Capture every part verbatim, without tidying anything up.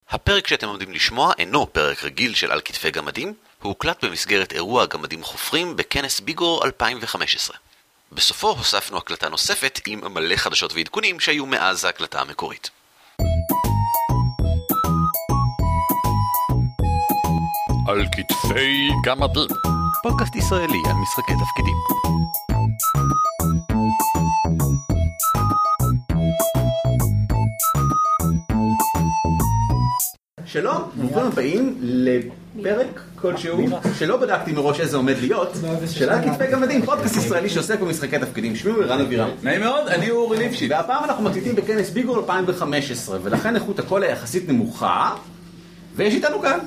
הפרק שאתם עומדים לשמוע אינו פרק רגיל של על כתפי גמדים, הוא הוקלט במסגרת אירוע גמדים חופרים בכנס ביגור אלפיים וחמש עשרה. בסופו הוספנו הקלטה נוספת עם מלא חדשות ועדכונים שהיו מאז ההקלטה המקורית. על כתפי גמדים, פודקאסט ישראלי על משחקי תפקידים. שלום, ברוכים הבאים לפרק כלשהו שלא בדקתי מראש איזה עומד להיות, של על כתפי גמדים, פודקאסט ישראלי שעוסק במשחקי תפקידים. שמי הוא ערן אבירם. נעים מאוד, אני אורי ליפשיץ. והפעם אנחנו מקליטים בכנס ביגור אלפיים וחמש עשרה, ולכן איכות הקול היחסית נמוכה, ויש איתנו כאן.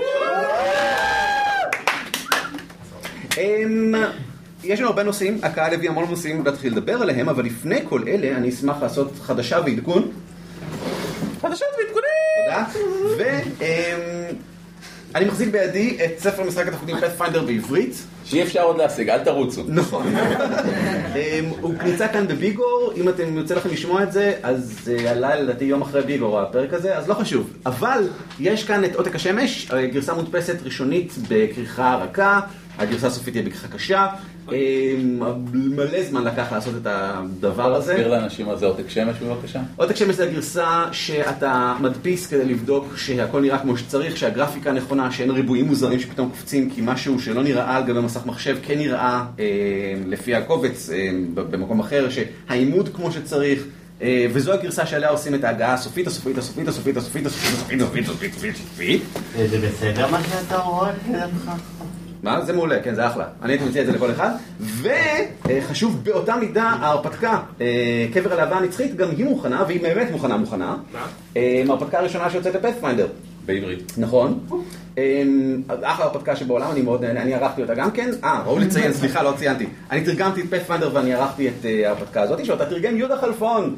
יש לנו הרבה נושאים, הקהל הביא המון נושאים להתחיל לדבר עליהם, אבל לפני כל אלה אני אשמח לעשות חדשה ועדכון. חדשות ועדכונים! תודה. ואני מחזיק בידי את ספר משחק התפקידים Pathfinder בעברית. שאי אפשר עוד להשיג, אל תרוצו. נכון. הוא נמצא כאן בביגור, אם אתם יוצא לכם לשמוע את זה, אז זה עלה לדעתי יום אחרי ביגור הפרק הזה, אז לא חשוב. אבל יש כאן את עותק השמש, גרסה מודפסת ראשונית בכריכה רכה, הגרסה הסופית תהיה בכריכה קשה, מלא זמן לקח לעשות את הדבר הזה. תסביר לאנשים מה זה עותק שמש בבקשה. עותק שמש זה הגרסה שאתה מדפיס כדי לבדוק שהכל נראה כמו שצריך, שהגרפיקה נכונה, שאין ריבועים מוזרים שפתאום קופצים, כי משהו שלא נראה על גבי מסך מחשב כן נראה לפי הקובץ במקום אחר, שהעימוד כמו שצריך, וזו הגרסה שעליה עושים את ההגעה הסופית, הסופית, הסופית, הסופית, הסופית, הסופית, הסופית, הסופית, הסופית, הסופית. זה בסדר מה שאתה רואה כדבך? מה? זה מעולה, כן, זה אחלה. אני הייתי מציע את זה לכל אחד. וחשוב באותה מידה, ההרפתקה, קבר הלהבה הנצחית, גם היא מוכנה, והיא באמת מוכנה מוכנה. מה? ההרפתקה הראשונה שיוצאת לפאת'פיינדר. בעברית. נכון. אחלה הרפתקה שבעולם, אני מאוד נהנה, אני ערכתי אותה גם כן. אה, ראו לציין, סליחה, לא ציינתי. אני תרגמתי את פאת'פיינדר ואני ערכתי את ההרפתקה הזאת, שאותה תרגם יהודה חלפון.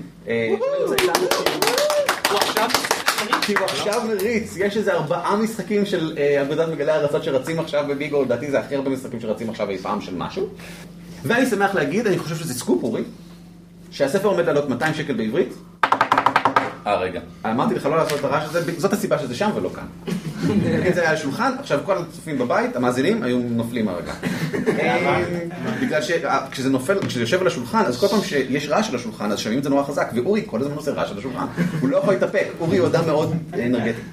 כי הוא עכשיו מריץ, יש איזה ארבעה משחקים של אגודת מגלי הארצות שרצים עכשיו בביגור, לדעתי זה הכי הרבה משחקים שרצים עכשיו אי פעם של משהו. ואני שמח להגיד, אני חושב שזה סקופ אורי, שהספר עומד לעלות מאתיים שקל בעברית. אה, רגע. אמרתי לך לא לעשות את הרעש הזה, זאת הסיבה שזה שם ולא כאן. כן, זה היה על השולחן, עכשיו כל הצופים בבית, המאזינים, היו נופלים הרגע. בגלל שכשזה נופל, כשזה יושב על השולחן, אז כל פעם שיש רעש על השולחן, אז שומעים את זה נורא חזק, ואורי כל הזמן עושה רעש על השולחן. הוא לא יכול להתאפק, אורי הוא אדם מאוד אנרגטי.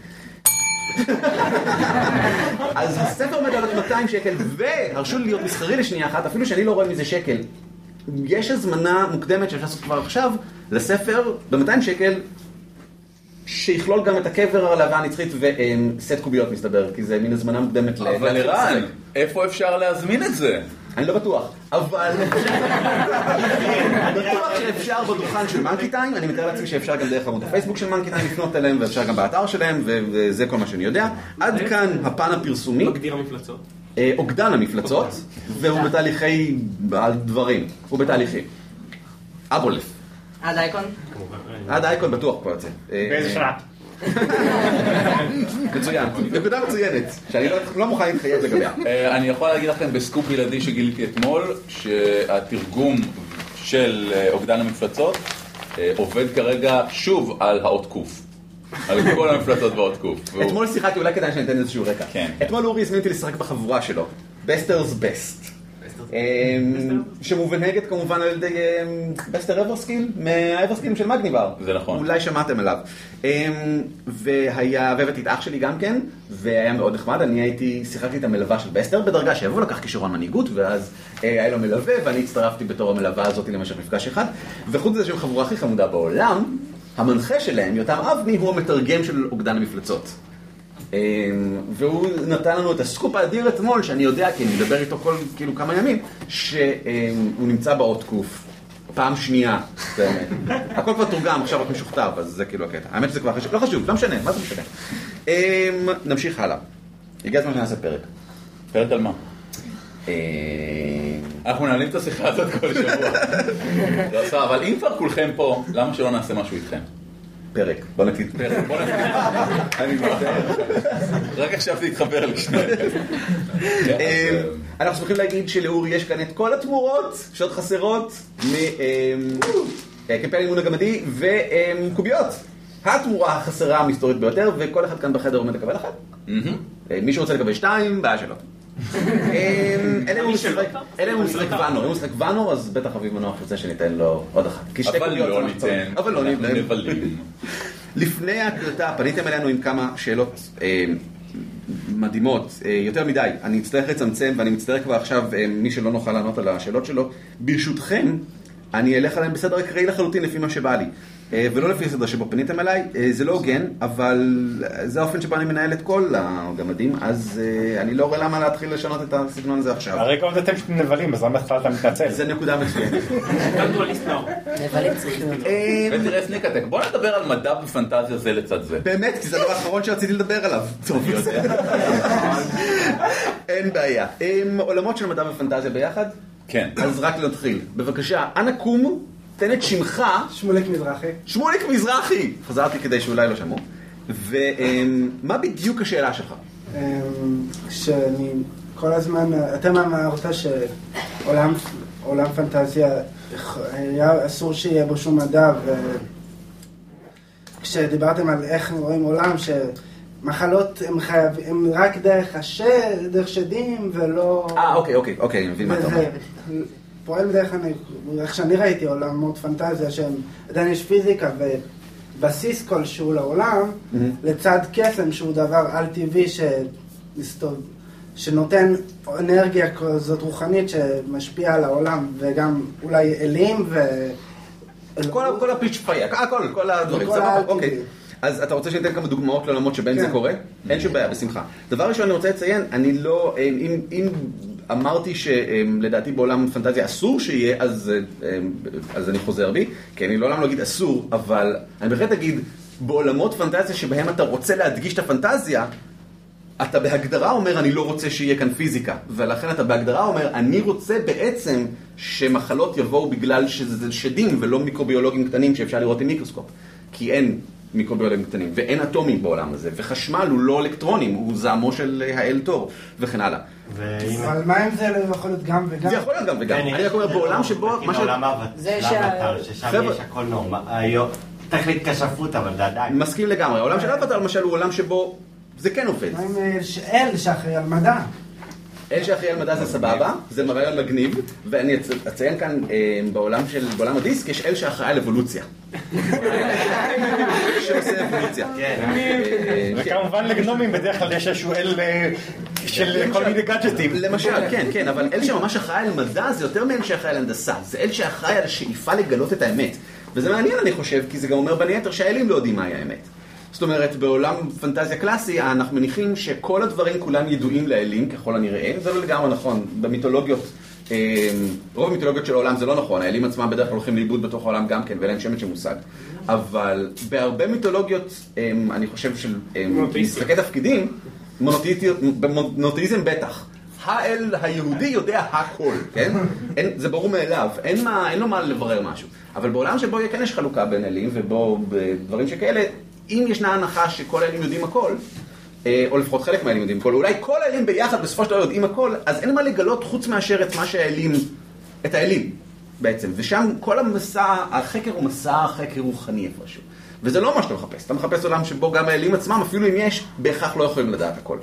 אז הספר עומד על מאתיים שקל, והרשו לי להיות מסחרי לשנייה אחת, אפילו שאני לא רואה מזה שקל. יש הזמנה מוקדמת שאפשר לעשות כבר עכשיו, לספר ב-מאתיים שקל, שיכלול גם את הקבר הלהבה הנצחית וסט קוביות מסתבר, כי זה מין הזמנה מוקדמת. אבל ערן, איפה אפשר להזמין את זה? אני לא בטוח, אבל בטוח שאפשר בדוכן של מנקי טיים, אני מתאר לעצמי שאפשר גם דרך עמוד הפייסבוק של מנקי טיים לפנות אליהם, ואפשר גם באתר שלהם, וזה כל מה שאני יודע. עד כאן הפן הפרסומי. מגדיר המפלצות. אוגדן המפלצות, והוא בתהליכי דברים, הוא בתהליכים. אבולף. עד אייקון? עד אייקון בטוח פה יוצא. באיזה שלב? מצוין, נקודה מצוינת, שאני לא מוכן להתחייב לגביה. אני יכול להגיד לכם בסקופ ילדי שגיליתי אתמול, שהתרגום של אוגדן המפלצות עובד כרגע שוב על האות קוף. על כל המפלצות באות קוף. אתמול שיחקתי, אולי כדאי שאני אתן איזשהו רקע. כן. אתמול אורי הזמין אותי לשחק בחבורה שלו. בסטרס בסט. שמובנהגת כמובן על ידי בסטר אברסקיל, מהאברסקילים של מגניבר. זה נכון. אולי שמעתם עליו. והיה, והבאתי את אח שלי גם כן, והיה מאוד נחמד. אני הייתי, שיחקתי את המלווה של בסטר בדרגה שבע, לקח כישרון מנהיגות, ואז היה לו מלווה, ואני הצטרפתי בתור המלווה הזאת למשך מפגש אחד. וחוץ לזה שהם חבורה הכי חמודה בעולם, המנחה שלהם, יותם אבני, הוא המתרגם של אוגדן המפלצות. והוא נתן לנו את הסקופ האדיר אתמול, שאני יודע, כי אני מדבר איתו כל כאילו כמה ימים, שהוא נמצא באות קוף, פעם שנייה, באמת. הכל כבר תורגם, עכשיו רק משוכתב, אז זה כאילו הקטע. האמת שזה כבר חשוב, לא חשוב, לא משנה, מה זה משנה? נמשיך הלאה. הגיע הזמן שנעשה פרק. פרק על מה? אנחנו מנהלים את השיחה הזאת כל שבוע. אבל אם כבר כולכם פה, למה שלא נעשה משהו איתכם? פרק, בוא נקליט פרק. אני מתאר. רק עכשיו להתחבר לשני. אנחנו שמחים להגיד שלאורי יש כאן את כל התמורות שעוד חסרות מקמפיין אימון הגמדי וקוביות. התמורה החסרה המסתורית ביותר, וכל אחד כאן בחדר עומד לקבל אחת. מי שרוצה לקבל שתיים, בעיה שלו. אלה הוא משחק ואנו, הוא משחק ואנו, אז בטח אביב מנוח רוצה שניתן לו עוד אחת. אבל לא ניתן, אבל לא ניתן. אנחנו נבלים. לפני ההקלטה פניתם אלינו עם כמה שאלות מדהימות, יותר מדי. אני אצטרך לצמצם, ואני מצטער כבר עכשיו, מי שלא נוכל לענות על השאלות שלו. ברשותכם, אני אלך עליהם בסדר אקראי לחלוטין לפי מה שבא לי. ולא לפי הסדר שבו פניתם אליי, זה לא הוגן, אבל זה האופן שבו אני מנהל את כל הגמדים, אז אני לא רואה למה להתחיל לשנות את הסגנון הזה עכשיו. הרי גם אתם שאתם נבלים, אז למה אתה מתנצל? זה נקודה מצוינת. נבלים צריכים להיות. ותראה סניקטק, בוא נדבר על מדע ופנטזיה זה לצד זה. באמת, כי זה הדבר האחרון שרציתי לדבר עליו. טוב, אין בעיה. עולמות של מדע ופנטזיה ביחד? כן. אז רק להתחיל. בבקשה, אנא קום. תן את שמך. שמוליק מזרחי. שמוליק מזרחי! חזרתי כדי שאולי לא שמעו. ומה בדיוק השאלה שלך? שאני כל הזמן, אתם אמרת שעולם פנטזיה היה אסור שיהיה בו שום מדע, וכשדיברתם על איך רואים עולם שמחלות הם רק דרך השד, דרך שדים ולא... אה, אוקיי, אוקיי, אוקיי, אני מבין מה אתה אומר. פועל דרך, איך שאני ראיתי עולמות פנטזיה שהם עדיין יש פיזיקה ובסיס כלשהו לעולם, לצד קסם שהוא דבר על טבעי שנותן אנרגיה כזאת רוחנית שמשפיעה על העולם, וגם אולי אלים ו... כל הפיץ' פייר, הכל, כל הדברים, אוקיי. אז אתה רוצה שניתן כמה דוגמאות לעולמות שבהן זה קורה? אין שום בעיה, בשמחה. דבר ראשון אני רוצה לציין, אני לא, אם אמרתי שלדעתי בעולם פנטזיה אסור שיהיה, אז אני חוזר בי, כי אני לעולם לא אגיד אסור, אבל אני בהחלט אגיד, בעולמות פנטזיה שבהם אתה רוצה להדגיש את הפנטזיה, אתה בהגדרה אומר, אני לא רוצה שיהיה כאן פיזיקה, ולכן אתה בהגדרה אומר, אני רוצה בעצם שמחלות יבואו בגלל שזה שדים ולא מיקרוביולוגים קטנים שאפשר לראות עם מיקרוסקופ, כי אין מיקרוביולוגים קטנים, ואין אטומים בעולם הזה, וחשמל הוא לא אלקטרונים, הוא זעמו של האל תור, וכן הלאה. אבל מה אם זה לא יכול להיות גם וגם? זה יכול להיות גם וגם. אני רק אומר, בעולם שבו... בעולם האבטר, ששם יש הכל נורמלי. תכלית כשפות, אבל זה עדיין. מסכים לגמרי. העולם של האבטר, למשל, הוא עולם שבו זה כן עובד. מה אם אל שאחראי על מדע? אל שאחראי על מדע זה סבבה, זה מראה מגניב, ואני אציין כאן בעולם של, בעולם הדיסק, יש אל שאחראי על אבולוציה. שעושה אבולוציה. וכמובן לגנומים בדרך כלל יש איזשהו אל של כל מיני גאדג'טים. למשל, כן, כן, אבל אל שממש אחראי על מדע זה יותר מהם שאחראי על הנדסה. זה אל שאחראי על השאיפה לגלות את האמת. וזה מעניין, אני חושב, כי זה גם אומר בין היתר שהאלים לא יודעים מהי האמת. זאת אומרת, בעולם פנטזיה קלאסי, אנחנו מניחים שכל הדברים כולם ידועים לאלים, ככל הנראה. זה לא לגמרי נכון. במיתולוגיות, רוב המיתולוגיות של העולם זה לא נכון. האלים עצמם בדרך כלל הולכים לאיבוד בתוך העולם גם כן, ואין להם שמץ שמושג. אבל בהרבה מיתולוגיות, אני חושב של משחקי תפקידים, מונותאיזם בטח. האל היהודי יודע הכל, כן? אין, זה ברור מאליו, אין, מה, אין לו מה לברר משהו. אבל בעולם שבו כן יש חלוקה בין אלים, ובו בדברים שכאלה, אם ישנה הנחה שכל האלים יודעים הכל, או לפחות חלק מהאלים יודעים הכל, אולי כל האלים ביחד בסופו של דבר יודעים הכל, אז אין מה לגלות חוץ מאשר את מה שהאלים, את האלים בעצם. ושם כל המסע, החקר הוא מסע חקר רוחני איפשהו. וזה לא מה שאתה מחפש. אתה מחפש עולם שבו גם האלים עצמם, אפילו אם יש, בהכרח לא יכולים לדעת הכל.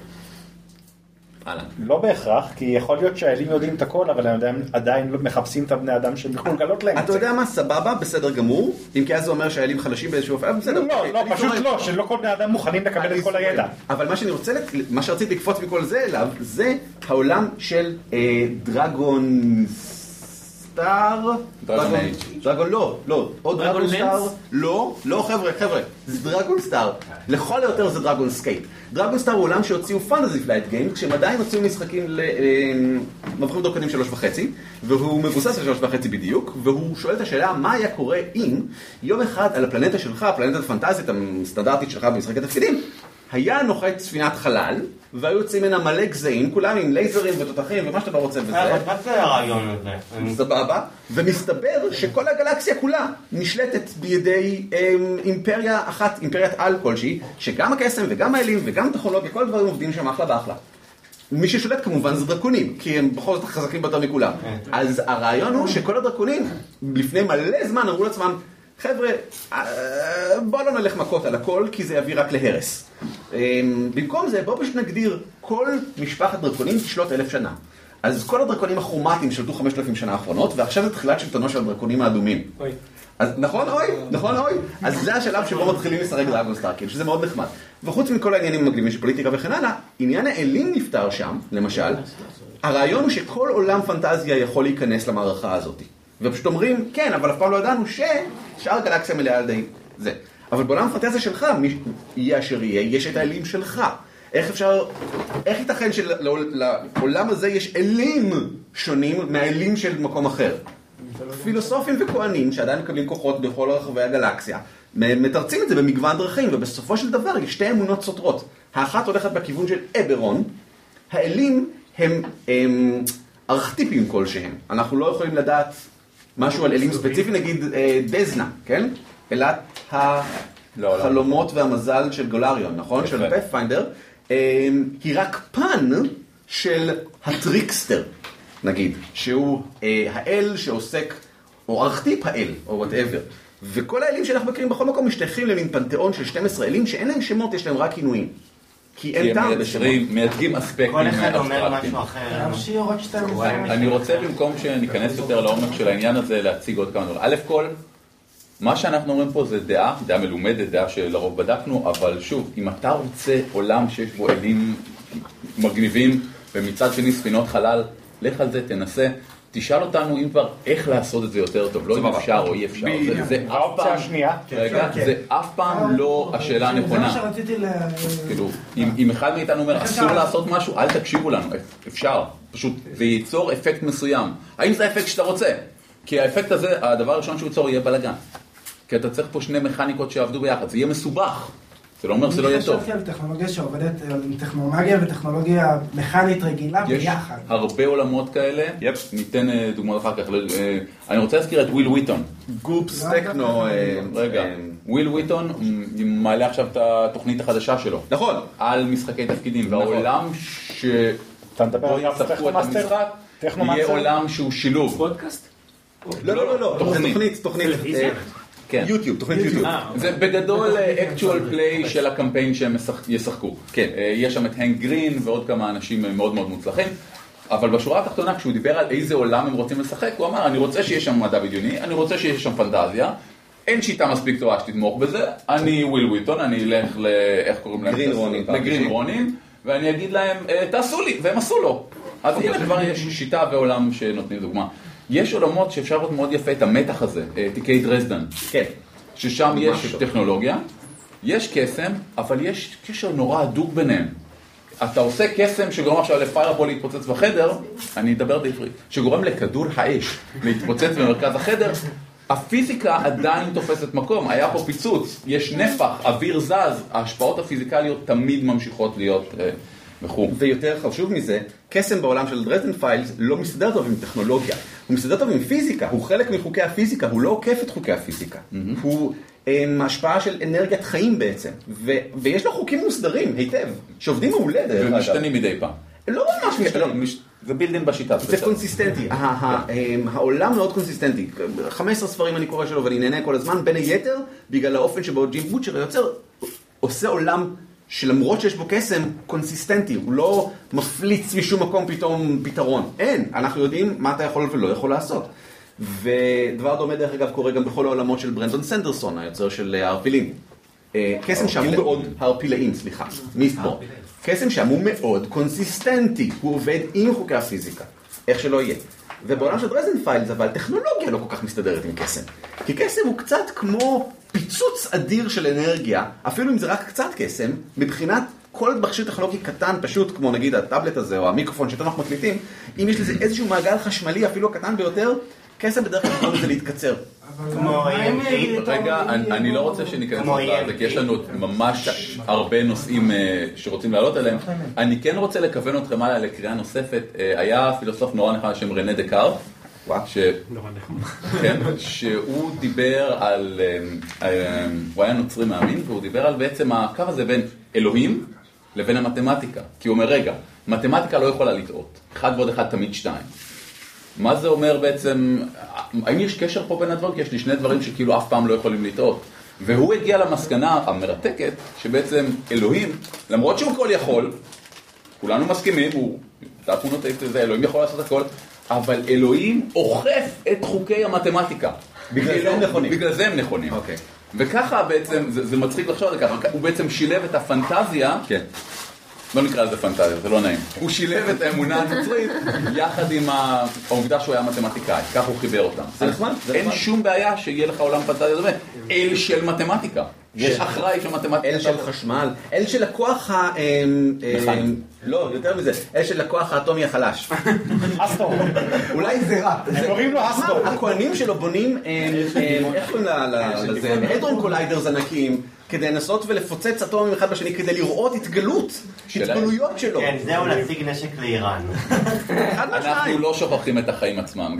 לא בהכרח, כי יכול להיות שהאלים יודעים את הכל, אבל הם עדיין מחפשים את הבני אדם שהם יכולים לגלות להם. אתה יודע מה? סבבה, בסדר גמור. אם כי אז זה אומר שהאלים חלשים באיזשהו אופן, בסדר. לא, לא, פשוט לא, שלא כל בני אדם מוכנים לקבל את כל הידע. אבל מה שאני רוצה, מה שרציתי לקפוץ מכל זה אליו, זה העולם של דרגון סטאר. דרגון אייג'. דרגון לא, לא. או דרגון סטאר. לא, לא חבר'ה, חבר'ה. זה דרגון סטאר. לכל היותר זה דרגון סקייפ. דרגון סטאר הוא עולם שהוציאו פנטזי פלייט גיים, כשהם עדיין הוציאו משחקים למבחרים דרכונים שלוש וחצי, והוא מבוסס על שלוש וחצי בדיוק, והוא שואל את השאלה מה היה קורה אם יום אחד על הפלנטה שלך, הפלנטה הפנטזית הסטנדרטית שלך במשחקי תפקידים, היה נוחת ספינת חלל, והיו יוצאים ממנה מלא גזעים, כולם עם לייזרים ותותחים ומה שאתה לא רוצה וזה. מה זה הרעיון הזה? סבבה. ומסתבר שכל הגלקסיה כולה נשלטת בידי אימפריה אחת, אימפריית על כלשהי, שגם הקסם וגם האלים וגם הטכנולוגיה, כל הדברים עובדים שם אחלה באחלה. מי ששולט כמובן זה דרקונים, כי הם בכל זאת חזקים ביותר מכולם. אז הרעיון הוא שכל הדרקונים, לפני מלא זמן אמרו לעצמם, חבר'ה, בוא לא נלך מכות על הכל, כי זה יביא רק להרס. במקום זה, בוא פשוט נגדיר, כל משפחת דרקונים תשלוט אלף שנה. אז כל הדרקונים הכרומטיים שלטו חמשת אלפים שנה האחרונות, ועכשיו זה תחילת שלטונו של הדרקונים האדומים. אוי. אז נכון אוי, נכון אוי. אז זה השלב שבו מתחילים לשחק דרגון סטארקיל, שזה מאוד נחמד. וחוץ מכל העניינים המגניבים של פוליטיקה וכן הלאה, עניין האלים נפתר שם, למשל. הרעיון הוא שכל עולם פנטזיה יכול להיכנס למערכה הזאת. ופשוט אומרים, כן, אבל אף פעם לא ידענו ששאר גלקסיה מלאה על די זה. אבל בעולם הפנטזיה שלך, מי יהיה אשר יהיה, יש את האלים שלך. איך אפשר, איך ייתכן שלעולם הזה יש אלים שונים מהאלים של מקום אחר? פילוסופים וכהנים שעדיין מקבלים כוחות בכל רחבי הגלקסיה, מתרצים את זה במגוון דרכים, ובסופו של דבר יש שתי אמונות סותרות. האחת הולכת בכיוון של אברון, האלים הם, הם ארכטיפים כלשהם. אנחנו לא יכולים לדעת משהו על אלים ספציפי, נגיד דזנה, כן? אלת החלומות והמזל של גולריון, נכון? של פאת'פיינדר. היא רק פן של הטריקסטר, נגיד, שהוא האל שעוסק, או ארכטיפ האל, או whatever. וכל האלים שאנחנו מכירים בכל מקום משתייכים למין פנתיאון של שנים עשר אלים שאין להם שמות, יש להם רק כינויים. כי אין טעם בשמות. מייצגים אספקטים כל אחד אומר משהו אחר. אני רוצה במקום שניכנס יותר לעומק של העניין הזה להציג עוד כמה דברים. א' כל, מה שאנחנו אומרים פה זה דעה, דעה מלומדת, דעה שלרוב בדקנו, אבל שוב, אם אתה רוצה עולם שיש בו אלים מגניבים ומצד שני ספינות חלל, לך על זה, תנסה. תשאל אותנו אם כבר איך לעשות את זה יותר טוב, לא אם אפשר או אי אפשר. זה אף פעם, רגע, זה אף פעם לא השאלה הנכונה. זה מה שרציתי ל... כאילו, אם אחד מאיתנו אומר, אסור לעשות משהו, אל תקשיבו לנו, אפשר. פשוט, זה ייצור אפקט מסוים. האם זה האפקט שאתה רוצה? כי האפקט הזה, הדבר הראשון שהוא ייצור יהיה בלגן. כי אתה צריך פה שני מכניקות שיעבדו ביחד, זה יהיה מסובך. זה לא אומר שזה לא יהיה טוב. אני חשבתי על טכנולוגיה שעובדת עם טכנולוגיה וטכנולוגיה מכנית רגילה ביחד. יש הרבה עולמות כאלה, ניתן דוגמאות אחר כך. אני רוצה להזכיר את וויל וויטון. גופס טכנו, רגע, וויל וויטון מעלה עכשיו את התוכנית החדשה שלו. נכון. על משחקי תפקידים, והעולם ש... אתה מדבר על יצפו את המשחק, יהיה עולם שהוא שילוב. פודקאסט? לא, לא, לא, תוכנית, תוכנית. יוטיוב, תוכנית יוטיוב. זה בגדול actual play של הקמפיין שהם ישחקו. יש שם את הנק גרין ועוד כמה אנשים מאוד מאוד מוצלחים, אבל בשורה התחתונה כשהוא דיבר על איזה עולם הם רוצים לשחק, הוא אמר אני רוצה שיש שם מדע בדיוני, אני רוצה שיש שם פנטזיה, אין שיטה מספיק טובה שתתמוך בזה, אני וויל וויטון, אני אלך ל... איך קוראים להם? גרין רונין. לגרין רונין, ואני אגיד להם תעשו לי, והם עשו לו. אז הנה כבר יש שיטה ועולם שנותנים דוגמה. יש עולמות שאפשר לראות מאוד יפה את המתח הזה, תיקי דרזדן. כן. ששם יש טכנולוגיה, יש קסם, אבל יש קשר נורא הדוק ביניהם. אתה עושה קסם שגורם עכשיו לפיירבול להתפוצץ בחדר, אני אדבר בעברית, שגורם לכדור האש להתפוצץ במרכז החדר, הפיזיקה עדיין תופסת מקום, היה פה פיצוץ, יש נפח, אוויר זז, ההשפעות הפיזיקליות תמיד ממשיכות להיות... וכו'. ויותר חשוב מזה, קסם בעולם של דרזדן פיילס לא מסתדר טוב עם טכנולוגיה, הוא מסתדר טוב עם פיזיקה, הוא חלק מחוקי הפיזיקה, הוא לא עוקף את חוקי הפיזיקה, mm-hmm. הוא um, השפעה של אנרגיית חיים בעצם, ו- ויש לו חוקים מוסדרים היטב, שעובדים מעולה דרך אגב. ומשתנים מדי פעם. לא ממש משתנים. מש... זה בילדין בשיטה. זה קונסיסטנטי, העולם מאוד קונסיסטנטי, חמישה עשר ספרים אני קורא שלו ואני נהנה כל הזמן, בין היתר בגלל האופן שבו ג'ים בוטשר יוצר, עושה עולם שלמרות שיש בו קסם קונסיסטנטי, הוא לא מפליץ משום מקום פתאום פתרון. אין, אנחנו יודעים מה אתה יכול ולא יכול לעשות. ודבר דומה דרך אגב קורה גם בכל העולמות של ברנדון סנדרסון, היוצר של הערפילים. קסם שם הוא מאוד, הערפילאים, סליחה, מיסטבור. קסם שם הוא מאוד קונסיסטנטי, הוא עובד עם חוקי הפיזיקה, איך שלא יהיה. ובעולם של דרזדן פיילס, אבל טכנולוגיה לא כל כך מסתדרת עם קסם. כי קסם הוא קצת כמו פיצוץ אדיר של אנרגיה, אפילו אם זה רק קצת קסם, מבחינת כל מכשיר טכנולוגי קטן, פשוט כמו נגיד הטאבלט הזה או המיקרופון שאתם אנחנו מקליטים, אם יש לזה איזשהו מעגל חשמלי, אפילו הקטן ביותר, קסם בדרך כלל יכול לזה להתקצר. רגע, אני לא רוצה שניכנס לזה, כי יש לנו ממש הרבה נושאים שרוצים לעלות עליהם. אני כן רוצה לכוון אתכם הלאה לקריאה נוספת. היה פילוסוף נורא נחמד בשם רנה דקארט, שהוא דיבר על, הוא היה נוצרי מאמין, והוא דיבר על בעצם הקו הזה בין אלוהים לבין המתמטיקה. כי הוא אומר, רגע, מתמטיקה לא יכולה לטעות. אחד ועוד אחד תמיד שתיים. מה זה אומר בעצם, האם יש קשר פה בין הדברים? כי יש לי שני דברים שכאילו אף פעם לא יכולים לטעות. והוא הגיע למסקנה המרתקת שבעצם אלוהים, למרות שהוא כל יכול, כולנו מסכימים, הוא, אתה פונוטאיסט לזה, אלוהים יכול לעשות הכל, אבל אלוהים אוכף את חוקי המתמטיקה. בגלל זה הם נכונים. בגלל זה הם נכונים. אוקיי. וככה בעצם, זה, זה מצחיק לחשוב על זה ככה, הוא בעצם שילב את הפנטזיה, כן. לא נקרא לזה פנטזיה, זה לא נעים. הוא שילב את האמונה הנוצרית יחד עם העובדה שהוא היה מתמטיקאי, כך הוא חיבר אותם. זה נחמד. אין שום בעיה שיהיה לך עולם פנטזיה דומה, אל של מתמטיקה. יש אחראי של מתמטיקה. אל של חשמל, אל של הכוח ה... לא, יותר מזה, אל של הכוח האטומי החלש. אסטור. אולי זה רע. קוראים לו אסטור. הכהנים שלו בונים, איך קוראים לזה? הדרון קוליידרס ענקיים, כדי לנסות ולפוצץ אטומים אחד בשני, כדי לראות התגלות, התגלויות שלו. כן, זהו להציג נשק לאיראן. אנחנו לא שוכחים את החיים עצמם.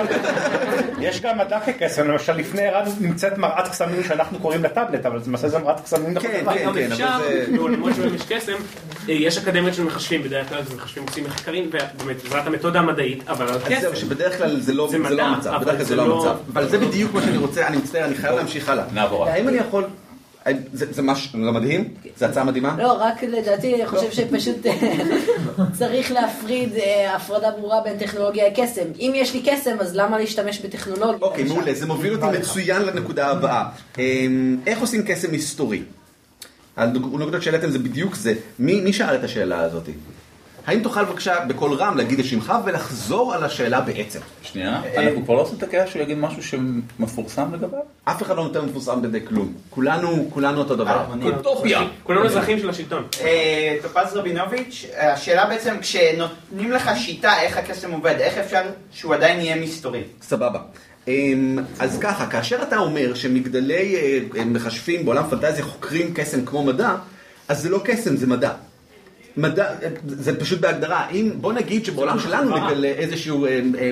יש גם מדע כקסם, למשל לפני איראן נמצאת מראת קסמים שאנחנו קוראים לטאבלט, אבל למעשה זה מראת קסמים. כן, כן, כן. אפשר, למרות שבהם יש קסם, יש אקדמיות של מחשבים, בדרך כלל זה מחשבים עושים מחקרים, ובאמת, זאת המתודה המדעית, אבל הקסם... זהו, שבדרך כלל זה לא המצב, בדרך כלל זה לא המצב. אבל זה בדיוק מה שאני רוצה, אני מצטער, אני חייב להמשיך הלאה. נעבור. האם אני יכול... זה משהו מדהים? זה הצעה מדהימה? לא, רק לדעתי, אני חושב שפשוט צריך להפריד הפרדה ברורה בין טכנולוגיה לקסם. אם יש לי קסם, אז למה להשתמש בטכנולוגיה? אוקיי, מעולה, זה מוביל אותי מצוין לנקודה הבאה. איך עושים קסם היסטורי? הנקודות שאלתם זה בדיוק זה. מי שאל את השאלה הזאת? האם תוכל בבקשה בכל רם להגיד את שמך ולחזור על השאלה בעצם? שנייה, אנחנו כבר לא עושים את הקריאה שהוא יגיד משהו שמפורסם לגביו? אף אחד לא נותן מפורסם בדי כלום. כולנו, כולנו אותו דבר. אוטופיה. כולנו אזרחים של השלטון. טופז רבינוביץ', השאלה בעצם, כשנותנים לך שיטה איך הקסם עובד, איך אפשר שהוא עדיין יהיה מסתורי? סבבה. אז ככה, כאשר אתה אומר שמגדלי מחשבים בעולם פנטזיה חוקרים קסם כמו מדע, אז זה לא קסם, זה מדע. מדע, זה פשוט בהגדרה. אם, בוא נגיד שבעולם שלנו נגלה איזשהו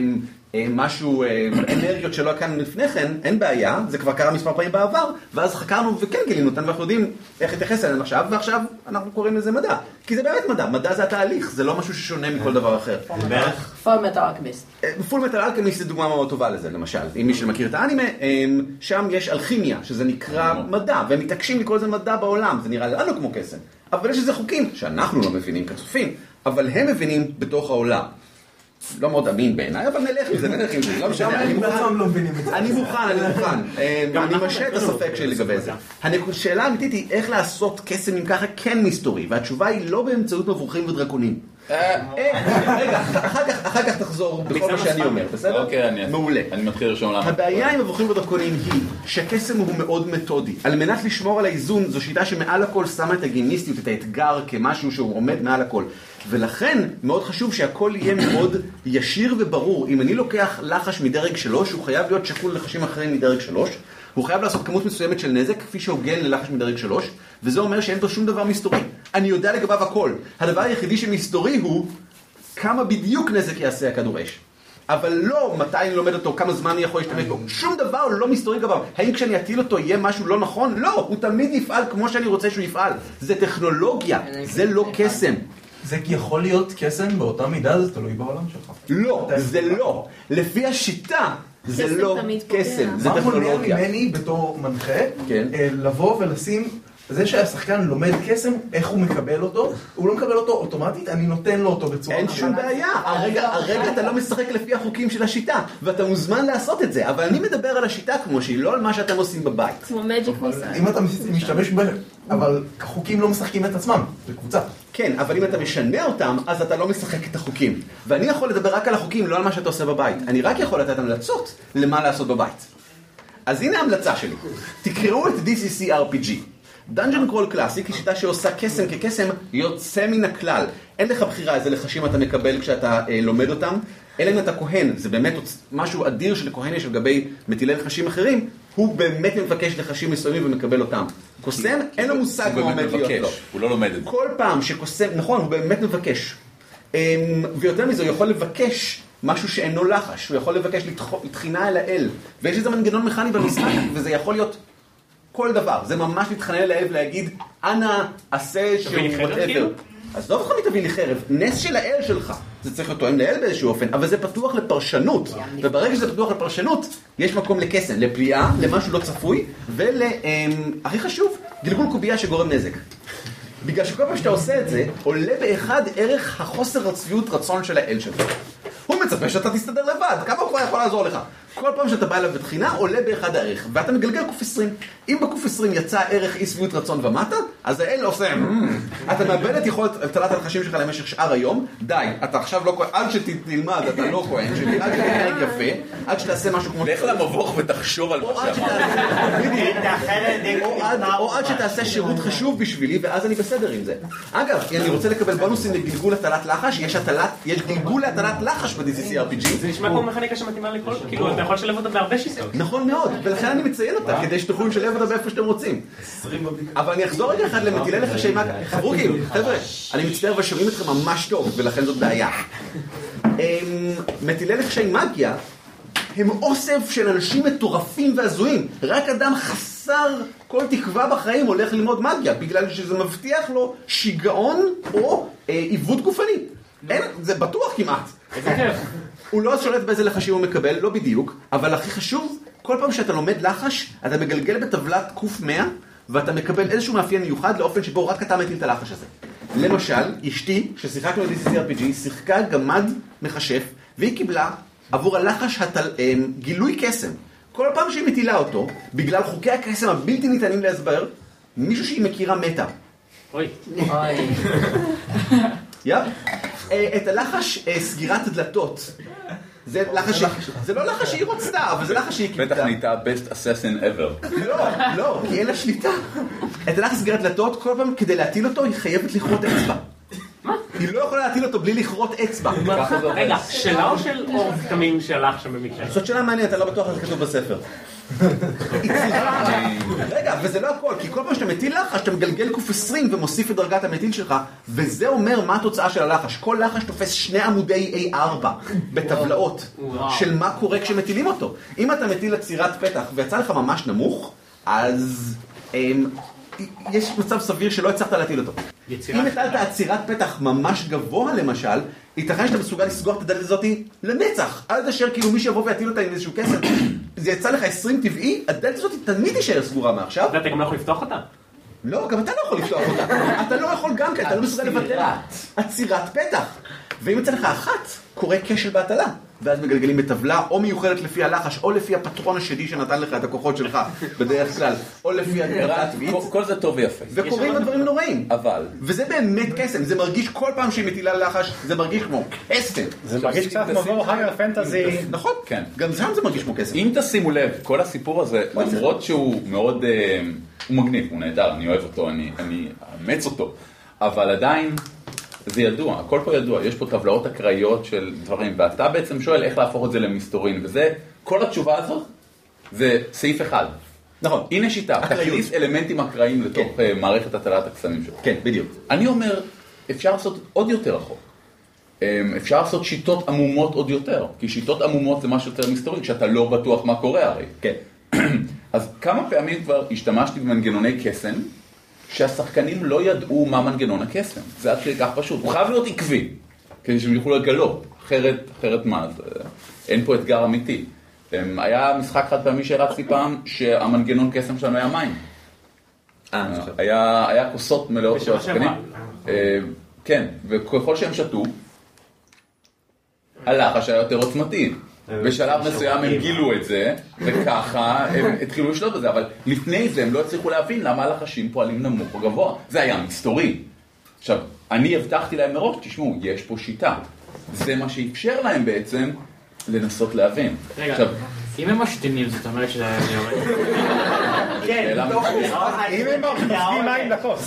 משהו, אנרגיות שלא כאן לפני כן, אין בעיה, זה כבר קרה מספר פעמים בעבר, ואז חקרנו וכן גילינו אותנו, ואנחנו יודעים איך להתייחס אליהם עכשיו, ועכשיו אנחנו קוראים לזה מדע. כי זה באמת מדע, מדע זה התהליך, זה לא משהו ששונה מכל דבר אחר. פול מטל אלכמיסט. פול מטל אלכמיסט זה דוגמה מאוד טובה לזה, למשל. אם מי שמכיר את האנימה, שם יש אלכימיה, שזה נקרא מדע, והם מתעקשים לקרוא לזה מדע בעולם, זה נראה לנו כמו קסם. אבל יש איזה חוקים שאנחנו לא מבינים כצופים, אבל הם מבינים בתוך העולם. לא מאוד אמין בעיניי, אבל נלך עם זה, נלך עם זה, לא משנה. אני מוכן, אני מוכן, אני מוכן. אני משאר את הספק שלי לגבי זה. השאלה האמיתית היא איך לעשות קסם אם ככה כן מסתורי, והתשובה היא לא באמצעות מבורכים ודרקונים. רגע, אחר כך תחזור בכל מה שאני אומר, בסדר? אוקיי, מעולה. אני מתחיל לרשום למה. הבעיה עם מבורכים ודרקונים היא שהקסם הוא מאוד מתודי. על מנת לשמור על האיזון, זו שיטה שמעל הכל שמה את הגימיסטיות, את האתגר כמשהו שהוא עומד מעל הכל. ולכן מאוד חשוב שהכל יהיה מאוד ישיר וברור. אם אני לוקח לחש מדרג שלוש, הוא חייב להיות שקול לחשים אחרים מדרג שלוש. הוא חייב לעשות כמות מסוימת של נזק, כפי שהוגן ללחש מדרג שלוש, וזה אומר שאין פה שום דבר מסתורי. אני יודע לגביו הכל. הדבר היחידי שמסתורי הוא כמה בדיוק נזק יעשה הכדור אש. אבל לא מתי אני לומד אותו, כמה זמן אני יכול להשתמש בו. שום דבר לא מסתורי גביו. האם כשאני אטיל אותו יהיה משהו לא נכון? לא, הוא תמיד יפעל כמו שאני רוצה שהוא יפעל. זה טכנולוגיה, זה לא קסם. זה יכול להיות קסם באותה מידה, זה תלוי בעולם שלך. לא, זה לא. לפי השיטה, זה לא קסם, זה טכנולוגיה. מה מונע ממני בתור מנחה לבוא ולשים, זה שהשחקן לומד קסם, איך הוא מקבל אותו, הוא לא מקבל אותו אוטומטית, אני נותן לו אותו בצורה... אין שום בעיה, הרגע אתה לא משחק לפי החוקים של השיטה, ואתה מוזמן לעשות את זה, אבל אני מדבר על השיטה כמו שהיא, לא על מה שאתם עושים בבית. כמו מג'יק ניסן. אם אתה משתמש בהם, אבל חוקים לא משחקים את עצמם, זה קבוצה. כן, אבל אם אתה משנה אותם, אז אתה לא משחק את החוקים. ואני יכול לדבר רק על החוקים, לא על מה שאתה עושה בבית. אני רק יכול לתת המלצות למה לעשות בבית. אז הנה ההמלצה שלי. תקראו את די סי סי אר פי ג'י. Dungeon Crawl Classic היא שיטה שעושה קסם כקסם יוצא מן הכלל. אין לך בחירה איזה לחשים אתה מקבל כשאתה אה, לומד אותם. אלא אם אתה כהן, זה באמת משהו אדיר שלכהן יש לגבי מטילי לחשים אחרים, הוא באמת מבקש לחשים מסוימים ומקבל אותם. קוסם, אין לו מושג מה עומד להיות לו. הוא לא לומד את זה. כל פעם שקוסם, נכון, הוא באמת מבקש. ויותר מזה, הוא יכול לבקש משהו שאינו לחש, הוא יכול לבקש לתחינה אל האל. ויש איזה מנגנון מכני במשחק, וזה יכול להיות כל דבר. זה ממש להתחנן אל האל ולהגיד, אנא, עשה שהוא whatever. עזוב אותך מתביא לי חרב, נס של האל שלך. זה צריך להיות תואם לאל באיזשהו אופן, אבל זה פתוח לפרשנות. וברגע שזה פתוח לפרשנות, יש מקום לקסם, לפליאה, למשהו לא צפוי, והכי חשוב, גלגול קובייה שגורם נזק. בגלל שכל פעם שאתה עושה את זה, עולה באחד ערך החוסר הצביעות רצון של האל שלך. הוא מצפה שאתה תסתדר לבד, כמה הוא כבר יכול לעזור לך? כל פעם שאתה בא אליו בתחינה, עולה באחד הערך, ואתה מגלגל קוף עשרים. אם בקוף עשרים יצא ערך אי שביעות רצון ומטה, אז האל עושה, אתה מאבד את יכולת הטלת הלחשים שלך למשך שאר היום, די, אתה עכשיו לא כהן, עד שתלמד, אתה לא כהן שלי, עד שתתנהג יפה, עד שתעשה משהו כמו... לך למבוך ותחשוב על מה שאמרת. או עד שתעשה שירות חשוב בשבילי, ואז אני בסדר עם זה. אגב, אני רוצה לקבל בונוסים לגלגול הטלת לחש, יש גלגול להטלת לחש ב-די סי סי אר פי ג'י. זה נשמע כמו מכניקה שמתאימה לכל, כאילו אתה יכול לשלב אותה בהרבה שיטות. נכון מאוד, ולכן אני מציין אותה, כדי שתוכלו לשלב אותה באיפה שאתם רוצים. אבל אני אחזור רגע אחד למטילי לחשי מגיה. חברוקים, חבר'ה, אני מצטער ושומעים אתכם ממש טוב, ולכן זאת בעיה. מטילי לחשי מגיה הם אוסף של אנשים מטורפים והזויים. רק אדם חסר כל תקווה בחיים הולך ללמוד מגיה, בגלל שזה מבטיח לו שיגעון או עיוות גופני. זה בטוח כמעט. הוא לא שולט באיזה לחשים הוא מקבל, לא בדיוק, אבל הכי חשוב, כל פעם שאתה לומד לחש, אתה מגלגל בטבלת קוף מאה, ואתה מקבל איזשהו מאפיין מיוחד לאופן שבו רק אתה מטיל את הלחש הזה. למשל, אשתי, ששיחקנו ב-די סי סי אר פי ג'י, שיחקה גמד מחשף, והיא קיבלה עבור הלחש התל... גילוי קסם. כל פעם שהיא מטילה אותו, בגלל חוקי הקסם הבלתי ניתנים להסבר, מישהו שהיא מכירה מתה. אוי. אוי. יפ. את הלחש סגירת דלתות. זה לחש, זה לא לחש שהיא רוצתה, אבל זה לחש שהיא קיבלה. בטח נהייתה best assassin ever. לא, לא, כי אין לה שליטה. את הלחש סגירת דלתות, כל פעם כדי להטיל אותו, היא חייבת לכרות אצבע. מה? היא לא יכולה להטיל אותו בלי לכרות אצבע. רגע, שאלה או של אור תמים שהלך שם במקרה? זאת שאלה מעניינת, אני לא בטוח שזה כתוב בספר. רגע, וזה לא הכל, כי כל פעם שאתה מטיל לחש, אתה מגלגל קוף עשרים ומוסיף את דרגת המטיל שלך, וזה אומר מה התוצאה של הלחש. כל לחש תופס שני עמודי איי ארבע בטבלאות של מה קורה כשמטילים אותו. אם אתה מטיל לצירת פתח ויצא לך ממש נמוך, אז יש מצב סביר שלא הצלחת להטיל אותו. אם הטלת עצירת פתח ממש גבוה למשל, ייתכן שאתה מסוגל לסגור את הדלת הזאת לנצח. עד אשר כאילו מי שיבוא ויטיל אותה עם איזשהו כסף, זה יצא לך עשרים טבעי, הדלת הזאת תמיד תישאר סגורה מעכשיו. ואתה גם לא יכול לפתוח אותה? לא, גם אתה לא יכול לפתוח אותה. אתה לא יכול גם כי אתה לא מסוגל לבטל עצירת פתח. ואם יצא לך אחת, קורה כשל בהטלה. ואז מגלגלים בטבלה או מיוחדת לפי הלחש, או לפי הפטרון השני שנתן לך את הכוחות שלך בדרך כלל, או לפי הטבלה הטבעית. כל זה טוב ויפה. וקוראים הדברים נוראים. אבל... וזה באמת קסם, זה מרגיש כל פעם שהיא מטילה לחש, זה מרגיש כמו קסם. זה מרגיש קצת מבוא הייר פנטזי. נכון, כן. גם שם זה מרגיש כמו קסם. אם תשימו לב, כל הסיפור הזה, למרות שהוא מאוד, הוא מגניב, הוא נהדר, אני אוהב אותו, אני אמץ אותו, אבל עדיין... זה ידוע, הכל פה ידוע, יש פה טבלאות אקראיות של דברים, ואתה בעצם שואל איך להפוך את זה למסתורין, וזה, כל התשובה הזאת, זה סעיף אחד. נכון. הנה שיטה, תכניס אלמנטים אקראיים לתוך כן. מערכת הטלת הקסמים שלך. כן, בדיוק. אני אומר, אפשר לעשות עוד יותר רחוק. אפשר לעשות שיטות עמומות עוד יותר, כי שיטות עמומות זה משהו יותר מסתורין, כשאתה לא בטוח מה קורה הרי. כן. אז כמה פעמים כבר השתמשתי במנגנוני קסם, שהשחקנים לא ידעו מה מנגנון הקסם. זה עד כדי כך פשוט. הוא חייב להיות עקבי, כדי שהם יוכלו לגלות. אחרת, אחרת מה? זה, אין פה אתגר אמיתי. היה משחק חד פעמי שהרצתי פעם, שהמנגנון קסם שלנו היה מים. היה, היה כוסות מלאות של השחקנים. כן, וככל שהם שתו, הלחש היה יותר עוצמתי. בשלב מסוים הם גילו את זה, וככה הם התחילו לשלוט בזה, אבל לפני זה הם לא הצליחו להבין למה הלחשים פועלים נמוך או גבוה. זה היה מסתורי. עכשיו, אני הבטחתי להם מראש, תשמעו, יש פה שיטה. זה מה שאפשר להם בעצם לנסות להבין. רגע, אם הם משתינים, זאת אומרת שזה יורד. כן, אם הם מפגיעים מים לכוס.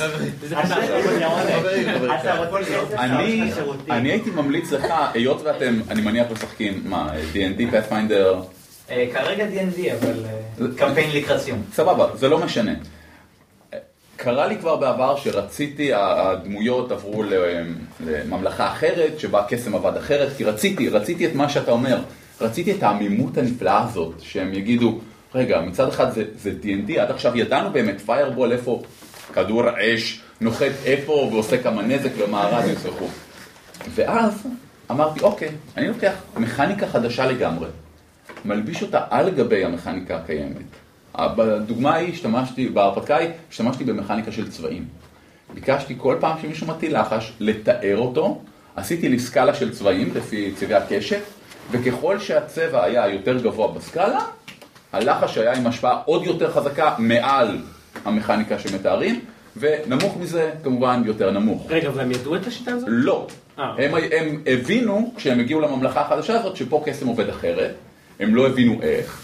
אני הייתי ממליץ לך, היות ואתם, אני מניח משחקים, מה, די אנד די, Pathfinder? כרגע די אנד די, אבל קמפיין לקראת סיום. סבבה, זה לא משנה. קרה לי כבר בעבר שרציתי, הדמויות עברו לממלכה אחרת, שבה הקסם עבד אחרת, כי רציתי, רציתי את מה שאתה אומר. רציתי את העמימות הנפלאה הזאת, שהם יגידו, רגע, מצד אחד זה, זה די אנד די, עד עכשיו ידענו באמת פיירבול, איפה כדור אש נוחת איפה ועושה כמה נזק ומה רע וכו'. ואז אמרתי, אוקיי, אני לוקח מכניקה חדשה לגמרי, מלביש אותה על גבי המכניקה הקיימת. בדוגמה היא, השתמשתי, בהרפתקה היא, השתמשתי במכניקה של צבעים. ביקשתי כל פעם שמישהו מטיל לחש, לתאר אותו, עשיתי לי סקאלה של צבעים לפי צבעי הקשת, וככל שהצבע היה יותר גבוה בסקאלה, הלחש היה עם השפעה עוד יותר חזקה מעל המכניקה שמתארים, ונמוך מזה כמובן יותר נמוך. רגע, והם ידעו את השיטה הזאת? לא. הם, הם הבינו, כשהם הגיעו לממלכה החדשה הזאת, שפה קסם עובד אחרת, הם לא הבינו איך,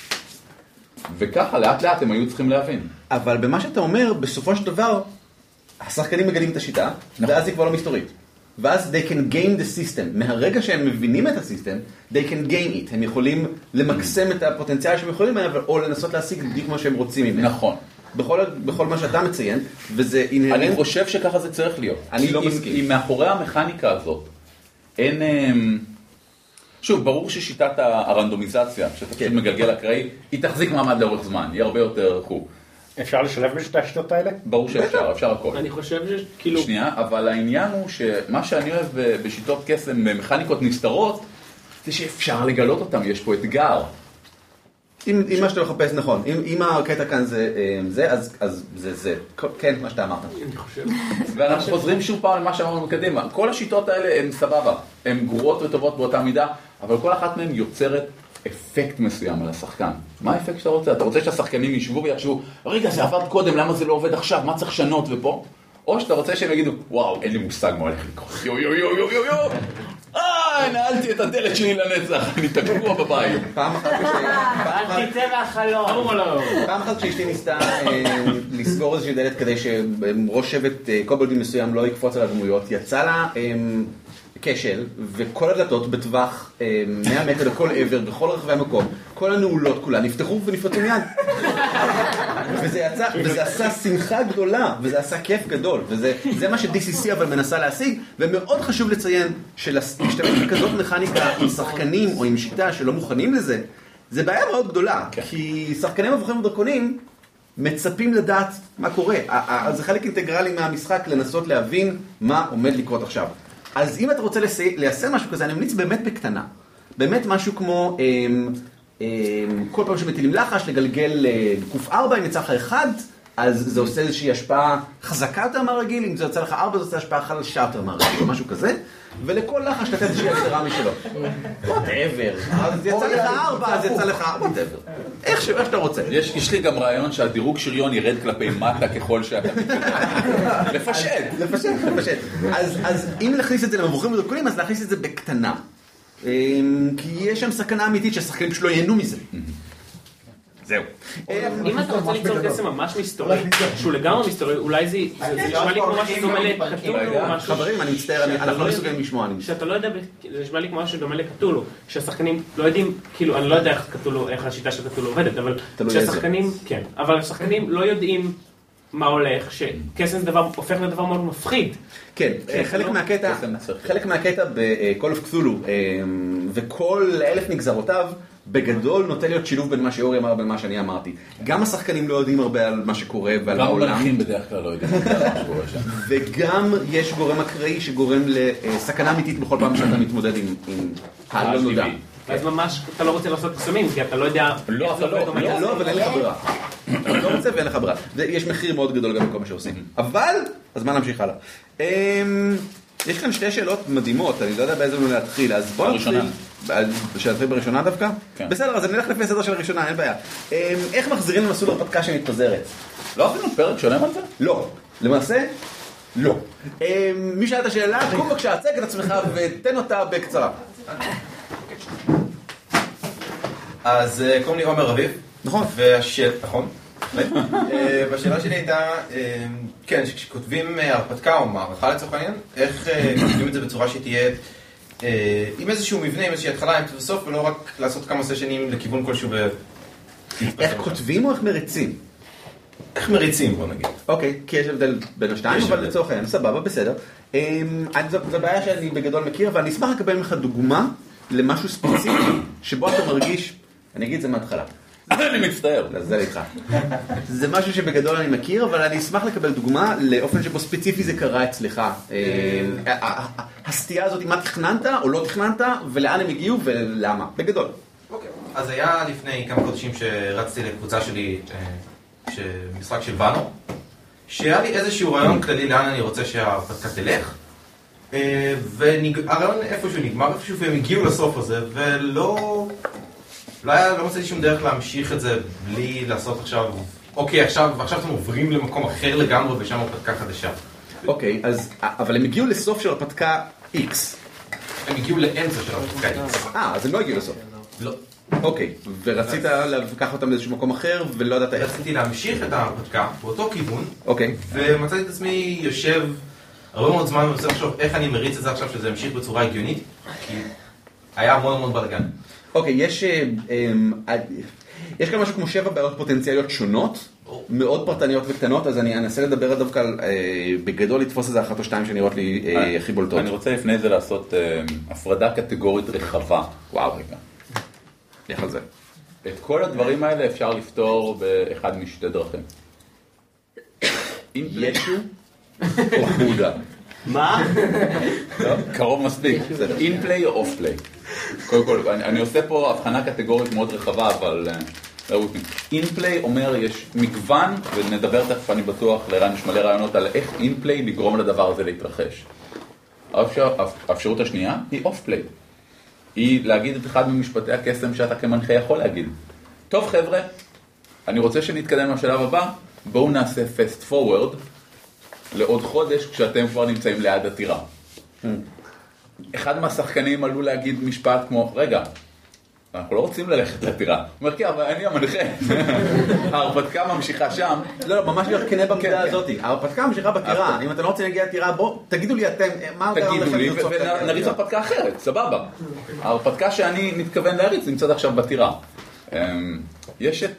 וככה לאט לאט הם היו צריכים להבין. אבל במה שאתה אומר, בסופו של דבר, השחקנים מגלים את השיטה, ואז היא כבר לא מסתורית. ואז they can gain the system. מהרגע שהם מבינים את הסיסטם, they can gain it. הם יכולים למקסם את הפוטנציאל שהם יכולים ממנו, או לנסות להשיג בדיוק מה שהם רוצים ממנו. נכון. בכל, בכל מה שאתה מציין, וזה אינהרנט. אני חושב שככה זה צריך להיות. אני לא מסכים. אם מאחורי המכניקה הזאת, אין... שוב, ברור ששיטת הרנדומיזציה, שאתה פשוט מגלגל אקראי, היא תחזיק מעמד לאורך זמן, היא הרבה יותר חו. אפשר לשלב בשתי השיטות האלה? ברור שאפשר, אפשר הכל. אני חושב שכאילו... שנייה, אבל העניין הוא שמה שאני אוהב בשיטות קסם, במכניקות נסתרות, זה שאפשר לגלות אותם, יש פה אתגר. אם מה שאתה מחפש נכון, אם הקטע כאן זה, אז זה זה, כן, מה שאתה אמרת. אני חושב. ואנחנו חוזרים שוב פעם למה שאמרנו קדימה. כל השיטות האלה הן סבבה, הן גרועות וטובות באותה מידה, אבל כל אחת מהן יוצרת אפקט מסוים על השחקן. מה האפקט שאתה רוצה? אתה רוצה שהשחקנים ישבו ויחשבו, רגע, זה עבד קודם, למה זה לא עובד עכשיו? מה צריך לשנות ופה? או שאתה רוצה שהם יגידו, וואו, אין לי מושג מה הולך לקרות. יו יו יו יו יו יו! אה, נעלתי את הדלת שלי לנצח, אני תקוע בבית. פעם אחת אל תצא מהחלום. פעם אחת כשאשתי ניסתה לסגור איזושהי דלת כדי שראש שבט קובלדים מסוים לא יקפוץ על הדמויות, יצא לה כשל, וכל הדלתות בטווח מאה מטר לכל עבר, בכל רחבי המקום, כל הנעולות כולה נפתחו ונפרצו מיד. וזה יצא, וזה עשה שמחה גדולה, וזה עשה כיף גדול, וזה מה ש-די סי סי אבל מנסה להשיג, ומאוד חשוב לציין שלהשתמש בכזאת מכניקה עם שחקנים או עם שיטה שלא מוכנים לזה, זה בעיה מאוד גדולה, כי שחקנים מבוכים ודרקונים מצפים לדעת מה קורה. זה חלק אינטגרלי מהמשחק לנסות להבין מה עומד לקרות עכשיו. אז אם אתה רוצה ליישם משהו כזה, אני ממליץ באמת בקטנה. באמת משהו כמו, כל פעם שמטילים לחש, לגלגל קוף ארבע, אם יצא לך אחד, אז זה עושה איזושהי השפעה חזקה יותר מהרגיל, אם זה יוצא לך ארבע, זה עושה השפעה חלשה יותר מהרגיל, או משהו כזה. ולכל לחש לתת איזושהי הגדרה משלו. whatever. אז יצא לך ארבע, אז יצא לך whatever. איך שאתה רוצה. יש לי גם רעיון שהדירוג שריון ירד כלפי מטה ככל שאתה לפשט. לפשט, לפשט. אז אם להכניס את זה למבוכים ודרקונים, אז להכניס את זה בקטנה. כי יש שם סכנה אמיתית שהשחקנים פשוט לא ייהנו מזה. זהו. אם אתה רוצה ליצור קסם ממש מסתורי, שהוא לגמרי מסתורי, אולי זה נשמע לי כמו משהו דומה לקטולו או משהו... חברים, אני מצטער, אנחנו לא מסוגלים לשמוע. שאתה לא יודע, זה נשמע לי כמו משהו דומה לקטולו, שהשחקנים לא יודעים, כאילו, אני לא יודע איך קטולו, איך השיטה של קטולו עובדת, אבל שהשחקנים, כן, אבל השחקנים לא יודעים מה הולך, שקסם זה דבר, הופך לדבר מאוד מפחיד. כן, חלק מהקטע, חלק מהקטע ב-Call of Cthulhu, וכל אלף נגזרותיו, בגדול נוטה להיות שילוב בין מה שאורי אמר ובין מה שאני אמרתי. גם השחקנים לא יודעים הרבה על מה שקורה ועל העולם. גם מלכים בדרך כלל לא יודעים על מה שקורה שם. וגם יש גורם אקראי שגורם לסכנה אמיתית בכל פעם שאתה מתמודד עם הלא נודע. אז ממש אתה לא רוצה לעשות קסמים, כי אתה לא יודע... לא, אתה לא, לא, אבל אין לך ברירה. אתה לא רוצה ואין לך ברירה. יש מחיר מאוד גדול גם בכל מה שעושים. אבל, אז מה נמשיך הלאה? יש כאן שתי שאלות מדהימות, אני לא יודע באיזה לנו להתחיל, אז בוא נתחיל. שנתחיל בראשונה דווקא? בסדר, אז אני אלך לפי הסדר של הראשונה, אין בעיה. איך מחזירים למסלול הרפתקה שמתפזרת? לא עשינו פרק שלם על זה? לא. למעשה, לא. מי שאלה את השאלה, קום בבקשה, הצג את עצמך ותן אותה בקצרה. אז קוראים לי עומר רביב. נכון. והשאלה, נכון? והשאלה שלי הייתה, כן, כשכותבים הרפתקה או מערכה לצורך העניין, איך כותבים את זה בצורה שתהיה עם איזשהו מבנה, עם איזושהי התחלה, עם סוף, ולא רק לעשות כמה סשנים לכיוון כלשהו ו... איך כותבים או איך מריצים? איך מריצים, בוא נגיד. אוקיי, כי יש הבדל בין השתיים, אבל לצורך העניין, סבבה, בסדר. זו בעיה שאני בגדול מכיר, ואני אשמח לקבל ממך דוגמה למשהו ספציפי, שבו אתה מרגיש, אני אגיד את זה מההתחלה, אני מצטער. זה איתך. זה משהו שבגדול אני מכיר, אבל אני אשמח לקבל דוגמה לאופן שבו ספציפי זה קרה אצלך. הסטייה הזאת, מה תכננת או לא תכננת, ולאן הם הגיעו ולמה. בגדול. אוקיי. אז היה לפני כמה חודשים שרצתי לקבוצה שלי, משחק של ואנו, שהיה לי איזשהו רעיון כללי לאן אני רוצה שההרפתקה תלך, והרעיון איפשהו נגמר איפשהו, והם הגיעו לסוף הזה, ולא... לא היה, לא מצאתי שום דרך להמשיך את זה בלי לעשות עכשיו, אוקיי, עכשיו, ועכשיו אתם עוברים למקום אחר לגמרי ושם הרפתקה חדשה. אוקיי, אז, אבל הם הגיעו לסוף של הרפתקה X. הם הגיעו לאמצע של הרפתקה X. אה, אז הם לא הגיעו לסוף. לא. אוקיי, ורצית לקחת אותם לאיזשהו מקום אחר ולא ידעת איך. רציתי להמשיך את ההרפתקה באותו כיוון. אוקיי. ומצאתי את עצמי יושב הרבה מאוד זמן ומנסה לחשוב איך אני מריץ את זה עכשיו שזה ימשיך בצורה הגיונית, כי היה המון המון בלגן. אוקיי, יש, יש כאן משהו כמו שבע בעיות פוטנציאליות שונות, מאוד פרטניות וקטנות, אז אני אנסה לדבר דווקא על, בגדול לתפוס איזה אחת או שתיים שנראות לי הכי בולטות. אני רוצה לפני זה לעשות הפרדה קטגורית רחבה. וואו, רגע. איך על זה? את כל הדברים האלה אפשר לפתור באחד משתי דרכים. ישו או בודה? מה? קרוב מספיק. In play או off play? קודם כל, אני עושה פה הבחנה קטגורית מאוד רחבה, אבל... In play אומר יש מגוון, ונדבר תכף אני בטוח לרעיון יש מלא רעיונות על איך in play לגרום לדבר הזה להתרחש. האפשרות השנייה היא off play. היא להגיד את אחד ממשפטי הקסם שאתה כמנחה יכול להגיד. טוב חבר'ה, אני רוצה שנתקדם לשלב הבא, בואו נעשה fast forward לעוד חודש כשאתם כבר נמצאים ליד הטירה. אחד מהשחקנים עלו להגיד משפט כמו, רגע, אנחנו לא רוצים ללכת לטירה. הוא אומר, כן, אבל אני המנחה. ההרפתקה ממשיכה שם. לא, לא, ממש להיות כנה במידה הזאת. ההרפתקה ממשיכה בטירה. אם אתם לא רוצים להגיע לטירה, בואו, תגידו לי אתם, מה תגידו לי, ונריץ הרפתקה אחרת, סבבה. ההרפתקה שאני מתכוון להריץ נמצאת עכשיו בטירה. יש את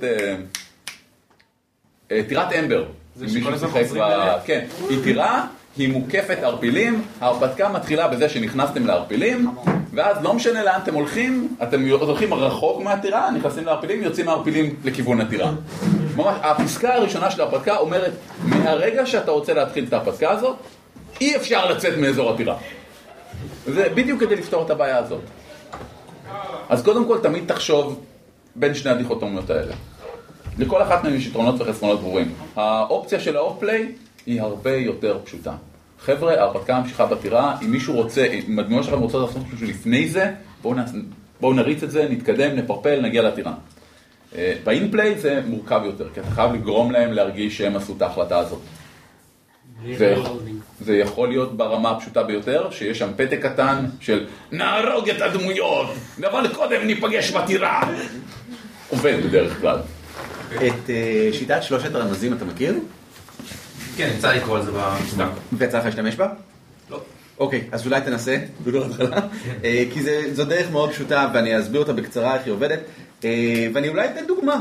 טירת אמבר. זה שכל הזמן חוזרים אליה. כן, היא טירה, היא מוקפת ערפילים, ההרפתקה מתחילה בזה שנכנסתם לערפילים, ואז לא משנה לאן אתם הולכים, אתם הולכים רחוק מהטירה, נכנסים לערפילים, יוצאים מהערפילים לכיוון הטירה. ממש, הפסקה הראשונה של ההרפתקה אומרת, מהרגע שאתה רוצה להתחיל את ההרפתקה הזאת, אי אפשר לצאת מאזור הטירה. זה בדיוק כדי לפתור את הבעיה הזאת. אז קודם כל תמיד תחשוב בין שני הדיכוטומיות האלה. לכל אחת מהם יש יתרונות וחסרונות ברורים. האופציה של האוף-פליי היא הרבה יותר פשוטה. חבר'ה, ההרפתקה ממשיכה בטירה, אם מישהו רוצה, אם הדמויות שלכם רוצות לעשות משהו לפני זה, בואו נ... בואו נריץ את זה, נתקדם, נפרפל, נגיע לטירה. באין-פליי זה מורכב יותר, כי אתה חייב לגרום להם להרגיש שהם עשו את ההחלטה הזאת. זה, זה יכול להיות ברמה הפשוטה ביותר, שיש שם פתק קטן של נהרוג את הדמויות, אבל קודם ניפגש בטירה. עובד בדרך כלל. את שיטת שלושת הרמזים אתה מכיר? כן, נמצא לקרוא על זה במשחק. ויצא לך להשתמש בה? לא. אוקיי, אז אולי תנסה, בגלל התחלה. כי זו דרך מאוד פשוטה, ואני אסביר אותה בקצרה איך היא עובדת. ואני אולי אתן דוגמה.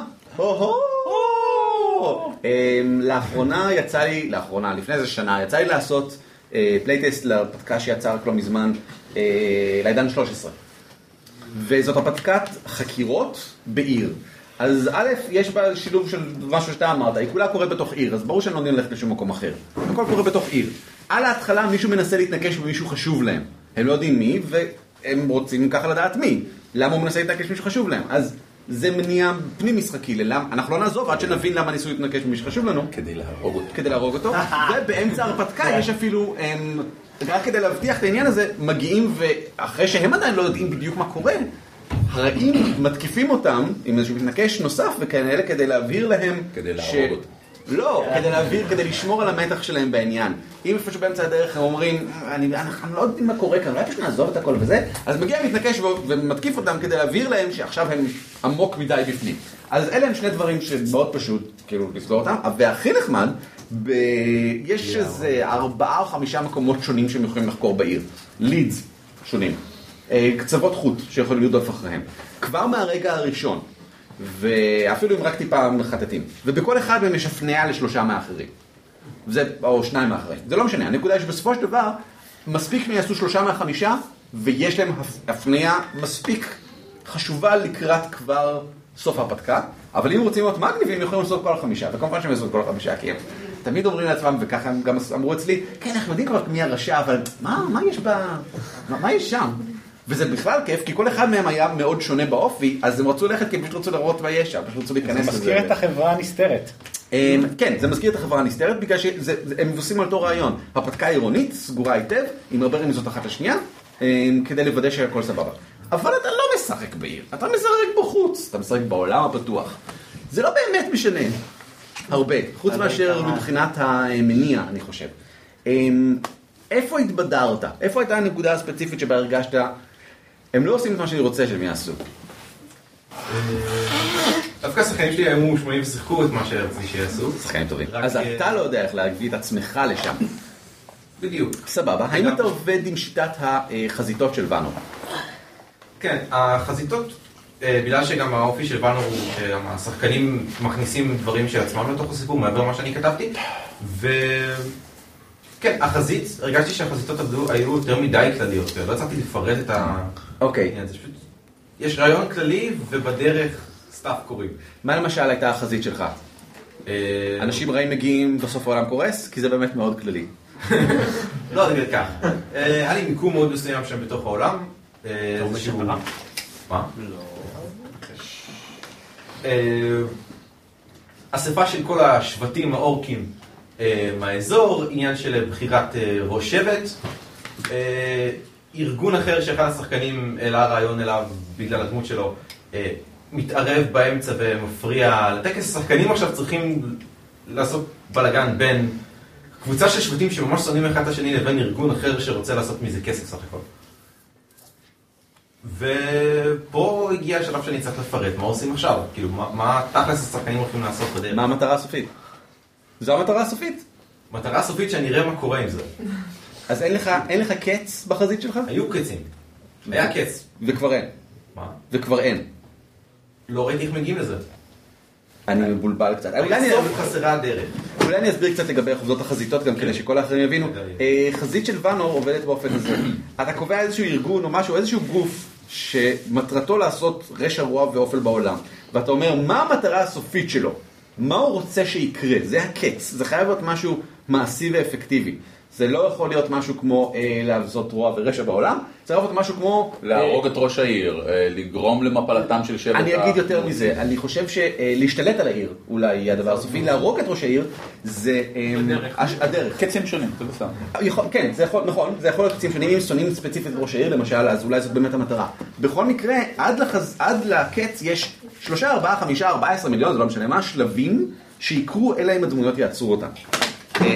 לאחרונה יצא לי, לאחרונה, לפני איזה שנה, יצא לי לעשות פלייטסט להרפתקה שיצא רק לא מזמן, לעידן שלוש עשרה. וזאת הרפתקת חקירות בעיר. אז א', יש בה שילוב של משהו שאתה אמרת, היא כולה קורית בתוך עיר, אז ברור שאני לא נלך לשום מקום אחר. הכל קורה בתוך עיר. על ההתחלה מישהו מנסה להתנקש במישהו חשוב להם. הם לא יודעים מי, והם רוצים ככה לדעת מי. למה הוא מנסה להתנקש במישהו חשוב להם? אז זה מניע פנים משחקי, ללמה, אנחנו לא נעזוב עד שנבין למה ניסו להתנקש במישהו חשוב לנו. כדי להרוג אותו. כדי להרוג אותו. ובאמצע ההרפתקה יש אפילו, הם, רק כדי להבטיח את העניין הזה, מגיעים ואחרי שהם עדיין לא יודעים בדיוק מה קורה, הרעים מתקיפים אותם עם איזשהו מתנקש נוסף וכאלה כדי להבהיר להם כדי להרוג אותם. לא, כדי להבהיר, כדי לשמור על המתח שלהם בעניין. אם איפשהו באמצע הדרך הם אומרים, אנחנו לא יודעים מה קורה כאן, אולי פשוט נעזוב את הכל וזה, אז מגיע מתנקש ומתקיף אותם כדי להבהיר להם שעכשיו הם עמוק מדי בפנים. אז אלה הם שני דברים שמאוד פשוט כאילו לסגור אותם, והכי נחמד, יש איזה ארבעה או חמישה מקומות שונים שהם יכולים לחקור בעיר. לידס שונים. קצוות חוט שיכולים לרדוף אחריהם. כבר מהרגע הראשון, ואפילו אם רק טיפה מחטטים. ובכל אחד מהם יש הפניה לשלושה מאחרים. וזה, או שניים מאחרים. זה לא משנה. הנקודה שבסופו של דבר, מספיק מי יעשו שלושה מהחמישה, ויש להם הפניה מספיק חשובה לקראת כבר סוף ההרפתקה, אבל אם רוצים להיות מגניבים, יכולים לעשות כל החמישה, וכמובן שהם יעשו כל החמישה, כי הם תמיד אומרים לעצמם, וככה הם גם אמרו אצלי, כן, אנחנו יודעים כבר מי הרשע, אבל מה, מה יש ב... מה, מה יש שם? וזה בכלל כיף, כי כל אחד מהם היה מאוד שונה באופי, אז הם רצו ללכת, כי הם פשוט רצו לראות מה יש שם, פשוט רצו להיכנס לזה. זה מזכיר את החברה הנסתרת. כן, זה מזכיר את החברה הנסתרת, בגלל שהם מבוססים על אותו רעיון. הפתקה עירונית, סגורה היטב, עם הרבה רמיזות אחת לשנייה, כדי לוודא שהכל סבבה. אבל אתה לא משחק בעיר, אתה משחק בחוץ, אתה משחק בעולם הפתוח. זה לא באמת משנה הרבה, חוץ מאשר מבחינת המניע, אני חושב. איפה התבדרת? איפה הייתה הנקודה הספציפית שבה הרגשת, הם לא עושים את מה שאני רוצה שהם יעשו? דווקא השחקנים שלי היו מושמעים ושיחקו את מה שרציתי שיעשו. שחקנים טובים. אז אתה לא יודע איך להביא את עצמך לשם. בדיוק. סבבה. האם אתה עובד עם שיטת החזיתות של ואנו? כן, החזיתות, בגלל שגם האופי של ואנו הוא שהשחקנים מכניסים דברים של עצמם לתוך הסיפור, מעבר מה שאני כתבתי, וכן, החזית, הרגשתי שהחזיתות עבדו, היו יותר מדי כלליות, לא הצלחתי לפרט את ה... אוקיי. יש רעיון כללי ובדרך סטאפ קוראים. מה למשל הייתה החזית שלך? אנשים רעים מגיעים בסוף העולם קורס? כי זה באמת מאוד כללי. לא, נגיד כך. היה לי מיקום מאוד מסוים שם בתוך העולם. איזשהו... מה? לא. אספה של כל השבטים האורקים מהאזור, עניין של בחירת ראש שבט. ארגון אחר שאחד השחקנים העלה רעיון אליו בגלל הדמות שלו, מתערב באמצע ומפריע לטקס. השחקנים עכשיו צריכים לעשות בלגן בין קבוצה של שבטים שממש שונאים אחד את השני לבין ארגון אחר שרוצה לעשות מזה כסף סך הכל. ופה הגיע השלב שאני צריך לפרט מה עושים עכשיו, כאילו מה, מה תכלס השחקנים הולכים לעשות בדרך. מה המטרה הסופית? זו המטרה הסופית? מטרה הסופית שאני אראה מה קורה עם זה. אז אין לך, אין לך קץ בחזית שלך? היו קצים. היה קץ. וכבר אין. מה? וכבר אין. לא ראיתי איך מגיעים לזה. אני מבולבל קצת. בסוף חסרה הדרך. אולי אני אסביר קצת לגבי חובדות החזיתות גם כדי שכל האחרים יבינו. חזית של ואנו עובדת באופן הזה. אתה קובע איזשהו ארגון או משהו, איזשהו גוף שמטרתו לעשות רשע רוע ואופל בעולם. ואתה אומר, מה המטרה הסופית שלו? מה הוא רוצה שיקרה? זה הקץ. זה חייב להיות משהו מעשי ואפקטיבי. זה לא יכול להיות משהו כמו אה, לעשות רוע ורשע בעולם, זה יכול להיות משהו כמו... להרוג אה, את ראש העיר, אה, לגרום למפלתם של שבט... אני אגיד יותר מזה, אני חושב שלהשתלט על העיר אולי יהיה הדבר הסופי, להרוג את ראש העיר זה... אה, הדרך. הדרך. קצים שונים, זה בסדר. יכול, כן, זה יכול, נכון, זה יכול להיות קצים שונים, אם שונאים ספציפית את ראש העיר למשל, אז אולי זאת באמת המטרה. בכל מקרה, עד, לחז, עד לקץ יש שלושה, ארבעה, חמישה, ארבעה עשרה מיליון, זה לא משנה מה, שלבים שיקרו אלא אם הדמויות יעצרו אותם. אה,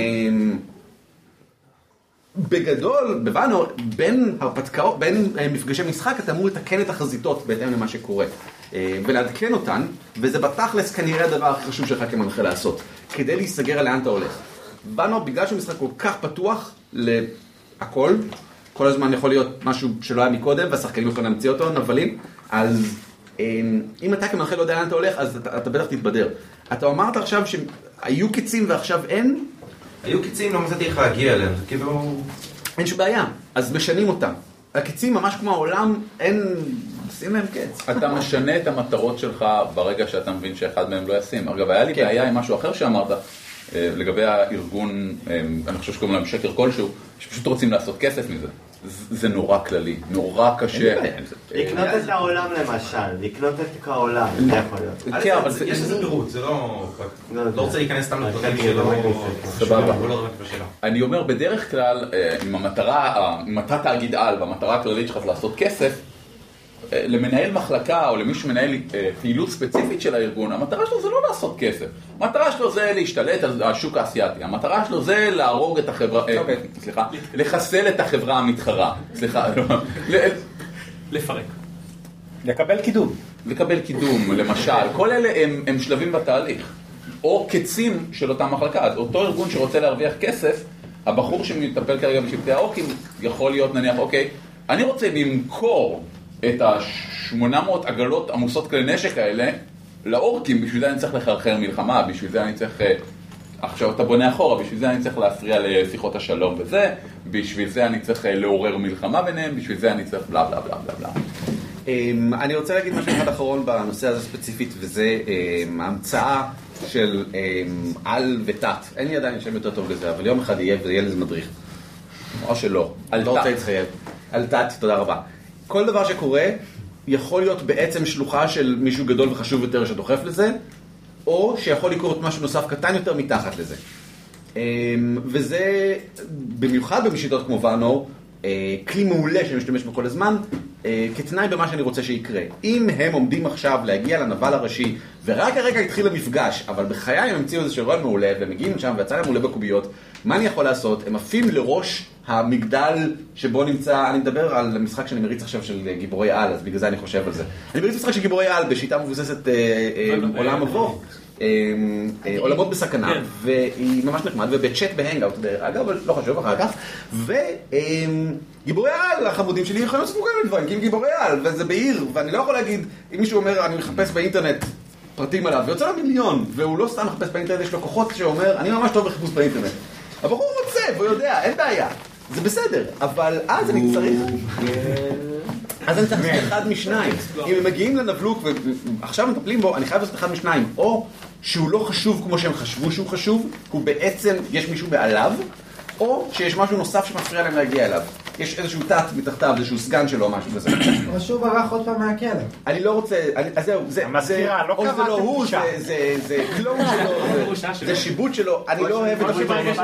בגדול, בבאנו, בין הרפתקאות, בין מפגשי משחק, אתה אמור לתקן את החזיתות בהתאם למה שקורה. ולעדכן אותן, וזה בתכלס כנראה הדבר הכי חשוב שלך כמנחה לעשות, כדי להיסגר על לאן אתה הולך. באנו, בגלל שהוא משחק כל כך פתוח להכל, כל הזמן יכול להיות משהו שלא היה מקודם, והשחקנים יכולים להמציא אותו, נבלים, אז אם אתה כמנחה לא יודע לאן אתה הולך, אז אתה, אתה בטח תתבדר. אתה אמרת עכשיו שהיו קצים ועכשיו אין, היו קיצים, לא מצאתי איך להגיע אליהם, זה כאילו... אין שבעיה, אז משנים אותם. הקיצים ממש כמו העולם, אין... שים להם קץ. אתה משנה את המטרות שלך ברגע שאתה מבין שאחד מהם לא ישים. אגב, היה לי כן. בעיה עם משהו אחר שאמרת, לגבי הארגון, אני חושב שקוראים להם שקר כלשהו, שפשוט רוצים לעשות כסף מזה. זה נורא כללי, נורא קשה. לקנות את העולם למשל, לקנות את העולם, זה יכול להיות. כן, אבל יש איזה פירוט, זה לא... לא רוצה להיכנס סתם לדברים שלא... סבבה. אני אומר, בדרך כלל, עם המטרה, מטרת תאגיד על, והמטרה הכללית שלך לעשות כסף, למנהל מחלקה או למי שמנהל פעילות ספציפית של הארגון, המטרה שלו זה לא לעשות כסף. המטרה שלו זה להשתלט על השוק האסייתי. המטרה שלו זה להרוג את החברה, סליחה, לחסל את החברה המתחרה. סליחה, לפרק. לקבל קידום. לקבל קידום, למשל. כל אלה הם, הם שלבים בתהליך. או קצים של אותה מחלקה. אז אותו ארגון שרוצה להרוויח כסף, הבחור שמטפל כרגע בשבטי האורקים יכול להיות נניח, אוקיי, אני רוצה למכור את ה-שמונה מאות עגלות עמוסות כלי נשק האלה לאורקים, בשביל זה אני צריך לחרחר מלחמה, בשביל זה אני צריך, עכשיו אתה בונה אחורה, בשביל זה אני צריך להפריע לשיחות השלום וזה, בשביל זה אני צריך לעורר מלחמה ביניהם, בשביל זה אני צריך בלה בלה בלה בלה בלה. אני רוצה להגיד משהו אחד אחרון בנושא הזה ספציפית, וזה ההמצאה של על ותת. אין לי עדיין שם יותר טוב לזה, אבל יום אחד יהיה ויהיה לזה מדריך. או שלא. על לא רוצה להתחייב. על תת, תודה רבה. כל דבר שקורה יכול להיות בעצם שלוחה של מישהו גדול וחשוב יותר שדוחף לזה, או שיכול לקרות משהו נוסף קטן יותר מתחת לזה. וזה במיוחד בשיטות כמו ואנו, כלי מעולה שאני משתמש בו כל הזמן, כתנאי במה שאני רוצה שיקרה. אם הם עומדים עכשיו להגיע לנבל הראשי, ורק הרגע התחיל המפגש, אבל בחיי הם המציאו איזה שרעיון מעולה, והם מגיעים לשם ויצא להם מעולה בקוביות, מה אני יכול לעשות? הם עפים לראש המגדל שבו נמצא, אני מדבר על משחק שאני מריץ עכשיו של גיבורי על, אז בגלל זה אני חושב על זה. אני מריץ משחק של גיבורי על בשיטה מבוססת עולם מבוא. עולמות בסכנה, והיא ממש נחמד, ובצ'אט בהנגאוט דרך אגב, אבל לא חשוב אחר כך, וגיבורי על, החמודים שלי יכולים לעשות מוגעים לדברים, כי הם גיבורי על, וזה בעיר, ואני לא יכול להגיד, אם מישהו אומר, אני מחפש באינטרנט פרטים עליו, ויוצא לו מיליון, והוא לא סתם מחפש באינטרנט, יש לו כוחות שאומר, אני ממש טוב בחיפוש באינטרנט. הבחור רוצה, והוא יודע, אין בעיה, זה בסדר, אבל אז אני צריך... אז אני צריך לעשות אחד משניים. אם הם מגיעים לנבלוק ועכשיו מטפלים בו, אני חייב לעשות אחד משניים. או שהוא לא חשוב כמו שהם חשבו שהוא חשוב, הוא בעצם, יש מישהו מעליו, או שיש משהו נוסף שמפריע להם להגיע אליו. יש איזשהו תת מתחתיו, איזשהו סגן שלו, משהו כזה. רשוב ברח עוד פעם מהכלא. אני לא רוצה, אז זהו, זה... המזכירה, לא קראתם לא הוא, זה קלון שלו, זה שיבוט שלו. אני לא אוהב את הפתרונות.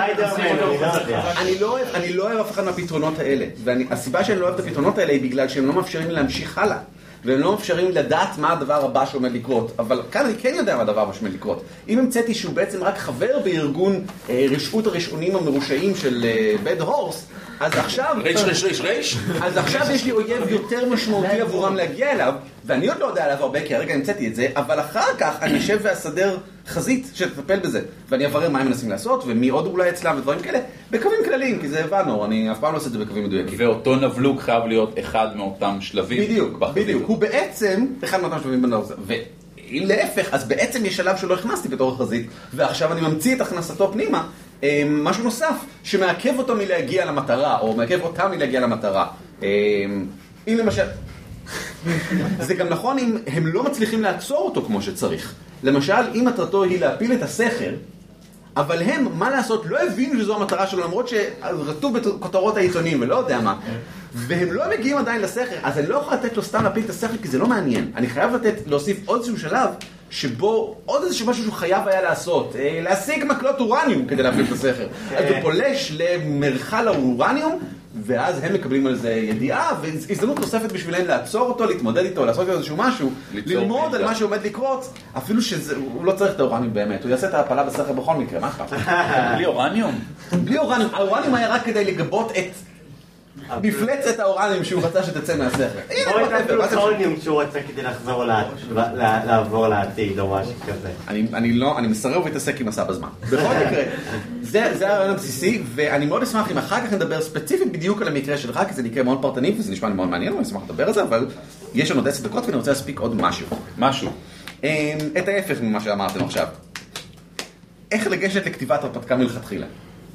אני לא אוהב אף אחד מהפתרונות האלה. והסיבה שאני לא אוהב את הפתרונות האלה היא בגלל שהם לא מאפשרים להמשיך הלאה. והם לא מאפשרים לדעת מה הדבר הבא שעומד לקרות. אבל כאן אני כן יודע מה הדבר הבא שעומד לקרות. אם המצאתי שהוא בעצם רק חבר בארגון רשעות הרשעונים המרושעים של בד הורס, אז עכשיו... ריש, ריש, ריש, ריש. אז עכשיו יש לי אויב יותר משמעותי עבורם להגיע אליו, ואני עוד לא יודע עליו הרבה, כי הרגע המצאתי את זה, אבל אחר כך אני אשב ואסדר חזית שתטפל בזה, ואני אברר מה הם מנסים לעשות, ומי עוד אולי אצלם ודברים כאלה, בקווים כלליים, כי זה הבנו, אני אף פעם לא עושה את זה בקווים מדויקים. ואותו נבלוק חייב להיות אחד מאותם שלבים. בדיוק, בדיוק. הוא בעצם אחד מאותם שלבים בנושא. ואם להפך, אז בעצם יש שלב שלא הכנסתי בתור החזית, ועכשיו אני ממציא את הכנסתו פנימה, משהו נוסף שמעכב אותו מלהגיע למטרה, או מעכב אותה מלהגיע למטרה. אם למשל... זה גם נכון אם הם לא מצליחים לעצור אותו כמו שצריך. למשל, אם מטרתו היא להפיל את הסכר, אבל הם, מה לעשות, לא הבינו שזו המטרה שלו, למרות שרטו בכותרות העיתונים ולא יודע מה, והם לא מגיעים עדיין לסכר, אז אני לא יכול לתת לו סתם להפיל את הסכר, כי זה לא מעניין. אני חייב לתת, להוסיף עוד איזשהו שלב, שבו עוד איזשהו משהו שהוא חייב היה לעשות, להשיג מקלות אורניום כדי להפיל את הסכר. אז הוא פולש למרחל האורניום, ואז הם מקבלים על זה ידיעה, והזדמנות נוספת בשבילם לעצור אותו, להתמודד איתו, לעשות איזשהו משהו, ללמוד על מה שעומד לקרות, אפילו שהוא לא צריך את האורניום באמת, הוא יעשה את ההפלה בסכר בכל מקרה, מה אכפת? בלי אורניום? בלי אורניום, האורניום היה רק כדי לגבות את מפלצת האורניום שהוא רצה שתצא מהסכר. או את הפלוטוניום שהוא רצה כדי לחזור לעבור לעתיד או משהו כזה. אני לא, אני מסרב להתעסק עם מסע בזמן. בכל מקרה, זה הרעיון הבסיסי, ואני מאוד אשמח אם אחר כך נדבר ספציפית בדיוק על המקרה שלך, כי זה נקרא מאוד פרטני וזה נשמע לי מאוד מעניין, ואני אשמח לדבר על זה, אבל יש לנו עוד עשר דקות ואני רוצה להספיק עוד משהו. משהו. את ההפך ממה שאמרתם עכשיו. איך לגשת לכתיבת הרפתקה מלכתחילה?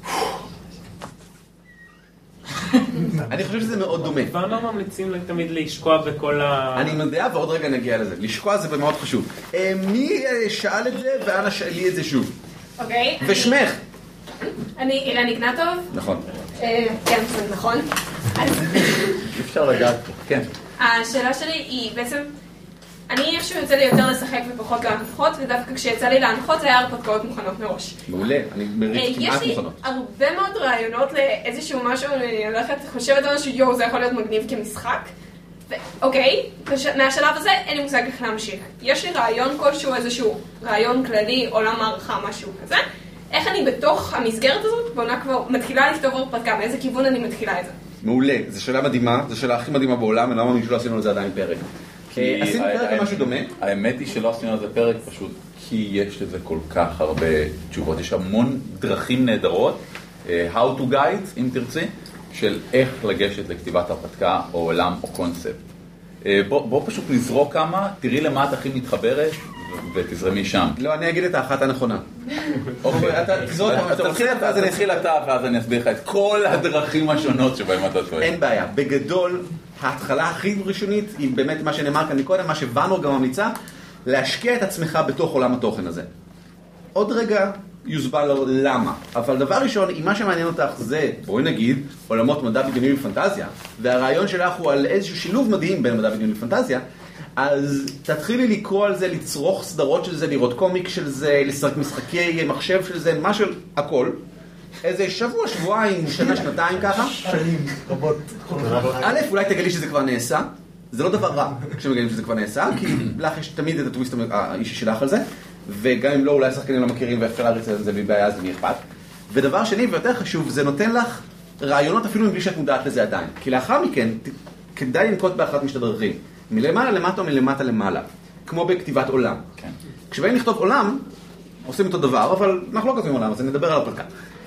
אני חושב שזה מאוד דומה. כבר לא ממליצים תמיד לשקוע בכל ה... אני יודע ועוד רגע נגיע לזה. לשקוע זה מאוד חשוב. מי שאל את זה ואנה שאלי את זה שוב? אוקיי. ושמך? אני אירן איגנטוב. נכון. כן, זה נכון. אפשר לגעת פה, כן. השאלה שלי היא בעצם... אני איכשהו יוצא לי יותר לשחק ופחות להנחות, ודווקא כשיצא לי להנחות זה היה הרפתקאות מוכנות מראש. מעולה, אני מריץ כמעט מוכנות. יש לי הרבה מאוד רעיונות לאיזשהו משהו, אני הולכת, חושבת על משהו, יואו, זה יכול להיות מגניב כמשחק. אוקיי, מהשלב הזה אין לי מושג איך להמשיך. יש לי רעיון כלשהו, איזשהו רעיון כללי, עולם הערכה, משהו כזה. איך אני בתוך המסגרת הזאת, בעונה כבר מתחילה לכתוב הרפתקה, מאיזה כיוון אני מתחילה את זה? מעולה, זו שאלה מדהימה, זו שאלה הכי מדהימה בעולם, אני לא מאמין שלא עשינו על זה עדיין פרק. עשינו פרק על משהו דומה? האמת היא שלא עשינו על זה פרק פשוט כי יש לזה כל כך הרבה תשובות. יש המון דרכים נהדרות, how to guide, אם תרצי, של איך לגשת לכתיבת הרפתקה או עולם או קונספט. בוא, בוא פשוט נזרוק כמה, תראי למה את הכי מתחברת ותזרמי שם. לא, אני אגיד את האחת הנכונה. אוקיי, תתחיל אתה ואז אני אסביר לך את כל הדרכים השונות שבהם אתה טועה. אין בעיה. בגדול, ההתחלה הכי ראשונית היא באמת מה שנאמר כאן מקודם, מה שוונור גם ממליצה, להשקיע את עצמך בתוך עולם התוכן הזה. עוד רגע יוסבר לו למה. אבל דבר ראשון, אם מה שמעניין אותך זה, בואי נגיד, עולמות מדע בדיוני ופנטזיה, והרעיון שלך הוא על איזשהו שילוב מדהים בין מדע בדיוני ופנטזיה, אז תתחילי לקרוא על זה, לצרוך סדרות של זה, לראות קומיק של זה, לשחק משחקי מחשב של זה, מה של הכל. איזה שבוע, שבועיים, שנה, שנתיים ככה. שנים, רבות. א', אולי תגלי שזה כבר נעשה. זה לא דבר רע כשמגלים שזה כבר נעשה, כי לך יש תמיד את הטוויסט האישי שלך על זה, וגם אם לא, אולי השחקנים לא מכירים ואפשר להריץ על זה בבעיה, אז מי אכפת. ודבר שני ויותר חשוב, זה נותן לך רעיונות אפילו מבלי שאת מודעת לזה עדיין. כי לאחר מכן, כדאי לנקוט באחת משתי דרכים. מלמעלה למטה או מלמטה למעלה. כמו בכתיבת עולם. כן. כשבאים לכתוב עולם, עושים אותו דבר, אבל אנחנו לא כותבים עולם, אז אני אדבר על הפרקה.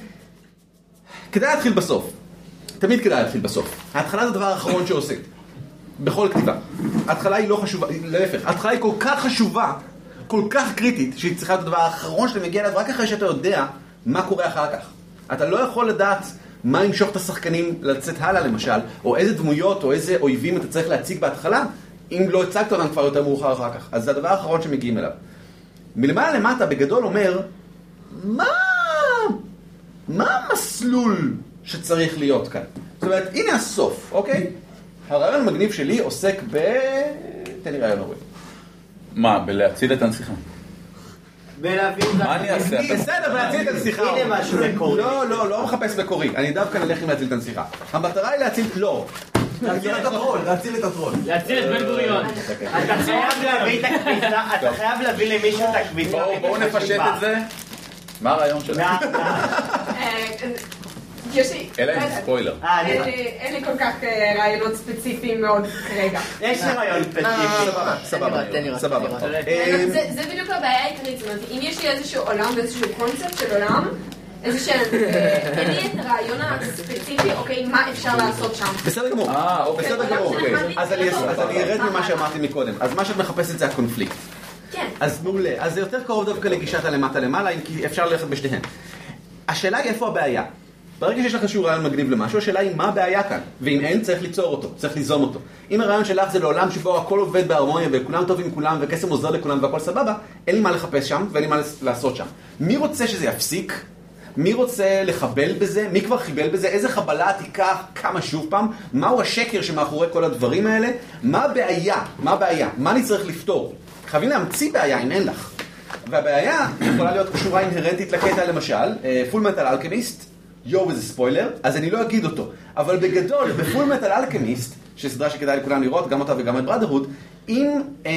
כדאי להתחיל בסוף. תמיד כדאי להתחיל בסוף. ההתחלה זה הדבר האחרון שעושה. בכל כתיבה. ההתחלה היא לא חשובה, להפך. ההתחלה היא כל כך חשובה, כל כך קריטית, שהיא צריכה להיות הדבר האחרון שאתה מגיע אליו, רק אחרי שאתה יודע מה קורה אחר כך. אתה לא יכול לדעת מה ימשוך את השחקנים לצאת הלאה למשל, או איזה דמויות או איזה אויבים אתה צריך להציג בהתחלה, אם לא הצגת אותם כבר יותר מאוחר אחר כך. אז זה הדבר האחרון שמגיעים אליו. מלמעלה למטה בגדול אומר, מה, מה המסלול שצריך להיות כאן? זאת אומרת, הנה הסוף, אוקיי? הרעיון המגניב שלי עוסק ב... תן לי רעיון הורי. מה, בלהציל את הנסיכה? בלהבין... מה אני אעשה? בסדר, בלהציל את הנסיכה. הנה משהו מקורי. לא, לא, לא מחפש מקורי. אני דווקא נלך עם להציל את הנסיכה. המטרה היא להציל... לא. להציל את הטרול, להציל את הטרול. להציל את בן גוריון. אתה חייב להביא את הקביצה, אתה חייב להביא למישהו את הקביצה. בואו נפשט את זה. מה הרעיון שלך? יושי, אלא עם ספוילר. אין לי כל כך רעיונות ספציפיים מאוד כרגע. יש לי רעיון ספציפי. סבבה, סבבה. זה בדיוק הבעיה העיקרית, זאת אומרת, אם יש לי איזשהו עולם ואיזשהו קונספט של עולם, איזה שהם, אין לי את הרעיון הספציפי, אוקיי, מה אפשר לעשות שם. בסדר גמור, בסדר גמור. אז אני ארד ממה שאמרתי מקודם. אז מה שאת מחפשת זה הקונפליקט. כן. אז מעולה. אז זה יותר קרוב דווקא לגישת הלמטה למעלה, כי אפשר ללכת בשתיהן. השאלה היא איפה הבעיה. ברגע שיש לך איזשהו רעיון מגניב למשהו, השאלה היא מה הבעיה כאן. ואם אין, צריך ליצור אותו, צריך ליזום אותו. אם הרעיון שלך זה לעולם שבו הכל עובד בהרמוניה וכולם טוב עם כולם וקסם עוזר לכולם והכל סבבה, אין לי מה לחפש שם ואין לי מה לעשות שם. מי רוצה שזה יפסיק? מי רוצה לחבל בזה? מי כבר חיבל בזה? איזה חבלה תיקח? כמה שוב פעם? מהו השקר שמאחורי כל הדברים האלה? מה הבעיה? מה הבעיה? מה אני צריך לפתור? חייבים להמציא בעיה אם אין לך. והבעיה יכולה להיות קשורה אינהרנטית לקטע למשל, פול מטל אלכמיסט, יו וזה ספוילר, אז אני לא אגיד אותו. אבל בגדול, בפול מטל אלכמיסט, שסדרה שכדאי לכולם לראות, גם אותה וגם את בראדרהוד, אם...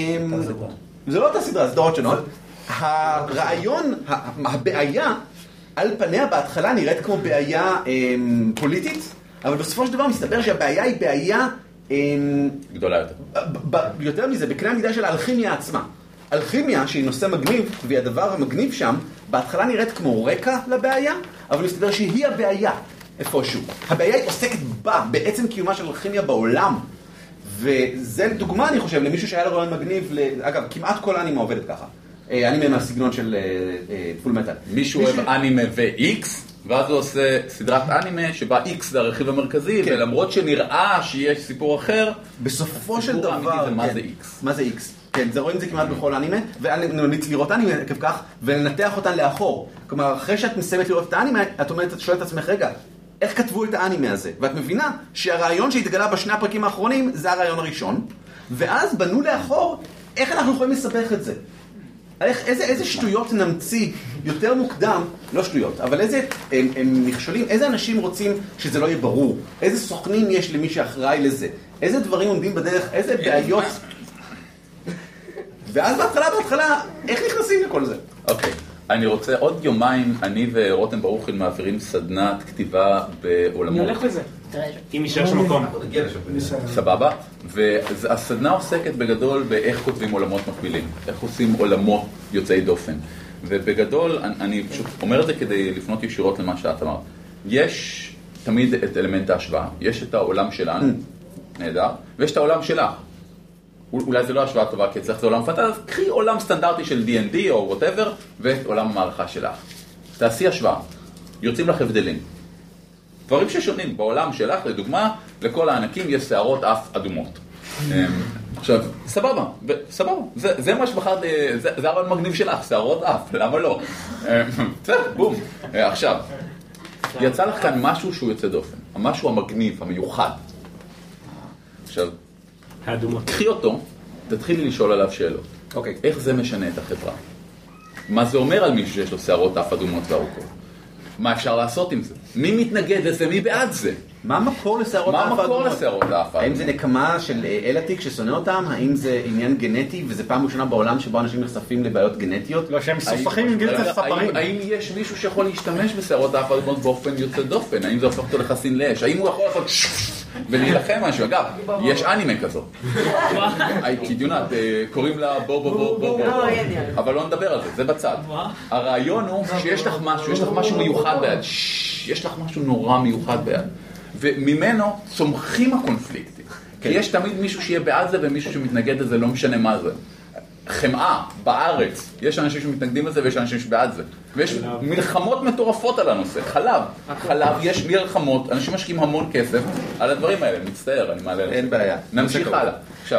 זה לא אותה סדרה, סדרות שונות. הרעיון, הבעיה, על פניה בהתחלה נראית כמו בעיה פוליטית, אבל בסופו של דבר מסתבר שהבעיה היא בעיה... גדולה יותר. יותר מזה, בקנה המידה של האלכימיה עצמה. אלכימיה, שהיא נושא מגניב, והיא הדבר המגניב שם, בהתחלה נראית כמו רקע לבעיה, אבל מסתבר שהיא הבעיה איפשהו. הבעיה היא עוסקת בה, בעצם קיומה של אלכימיה בעולם. וזה דוגמה, אני חושב, למישהו שהיה לו רעיון מגניב, אגב, כמעט כל אנימה עובדת ככה. אנימה מהסגנון של פול מטל. מישהו אוהב אנימה ו-X, ואז הוא עושה סדרת אנימה שבה X זה הרכיב המרכזי, ולמרות שנראה שיש סיפור אחר, בסופו של דבר, מה זה X? מה זה X? כן, זה רואים את זה כמעט בכל אנימה, ואני ממליץ לראות אנימה עקב כך, ולנתח אותן לאחור. כלומר, אחרי שאת מסיימת לראות את האנימה, את אומרת, את שואלת את עצמך, רגע, איך כתבו את האנימה הזה? ואת מבינה שהרעיון שהתגלה בשני הפרקים האחרונים, זה הרעיון הראשון, ואז בנו לאחור, איך אנחנו יכולים לסבך את זה? איך, איזה, איזה שטויות נמציא יותר מוקדם, לא שטויות, אבל איזה הם, הם נכשולים, איזה אנשים רוצים שזה לא יהיה ברור, איזה סוכנים יש למי שאחראי לזה, איזה דברים עומדים בדרך, איזה בעיות... ואז בהתחלה, בהתחלה, איך נכנסים לכל זה? אוקיי, אני רוצה עוד יומיים, אני ורותם ברוכין מעבירים סדנת כתיבה בעולמות. אני הולך לזה. אם יישאר שם מקום. סבבה? והסדנה עוסקת בגדול באיך כותבים עולמות מקבילים, איך עושים עולמות יוצאי דופן. ובגדול, אני פשוט אומר את זה כדי לפנות ישירות למה שאת אמרת. יש תמיד את אלמנט ההשוואה. יש את העולם שלנו, נהדר, ויש את העולם שלך. אולי זה לא השוואה טובה, כי אצלך זה עולם פנטזיה, אז קחי עולם סטנדרטי של די אנד די או whatever, ואת עולם המערכה שלך. תעשי השוואה. יוצאים לך הבדלים. דברים ששונים בעולם שלך, לדוגמה, לכל הענקים יש שערות אף אדומות. עכשיו, סבבה, סבבה, זה, זה מה שבחרת, זה, זה הרעיון מגניב שלך, שערות אף, למה לא? בסדר, בום. עכשיו, יצא לך כאן משהו שהוא יוצא דופן, המשהו המגניב, המיוחד. עכשיו, קחי אותו, תתחילי לשאול עליו שאלות. אוקיי. איך זה משנה את החברה? מה זה אומר על מישהו שיש לו שערות אף אדומות וארוכות? מה אפשר לעשות עם זה? מי מתנגד לזה? מי בעד זה? מה המקור לשערות האף? מה המקור לשערות האף? האם זה נקמה של אלעתיק ששונא אותם? האם זה עניין גנטי וזה פעם ראשונה בעולם שבו אנשים נחשפים לבעיות גנטיות? לא, שהם סופחים עם גילת הספרים. האם יש מישהו שיכול להשתמש בשערות האף האדומות באופן יוצא דופן? האם זה הופך אותו לחסין לאש? האם הוא יכול לעשות ולהילחם משהו? אגב, יש אנימה כזו. כדיונת, קוראים לה בו בו בו בו בו. אבל לא נדבר על זה, זה בצד. הרעיון הוא שיש לך משהו, יש לך משהו מיוחד ביד. יש לך משהו נורא מיוחד ביד. וממנו צומחים הקונפליקטים. כי יש תמיד מישהו שיהיה בעד זה ומישהו שמתנגד לזה, לא משנה מה זה. חמאה, בארץ, יש אנשים שמתנגדים לזה ויש אנשים שבעד זה. ויש מלחמות מטורפות על הנושא. חלב, חלב, יש מלחמות, אנשים משקיעים המון כסף על הדברים האלה. מצטער, אני מעלה לזה. אין בעיה. נמשיך הלאה. עכשיו,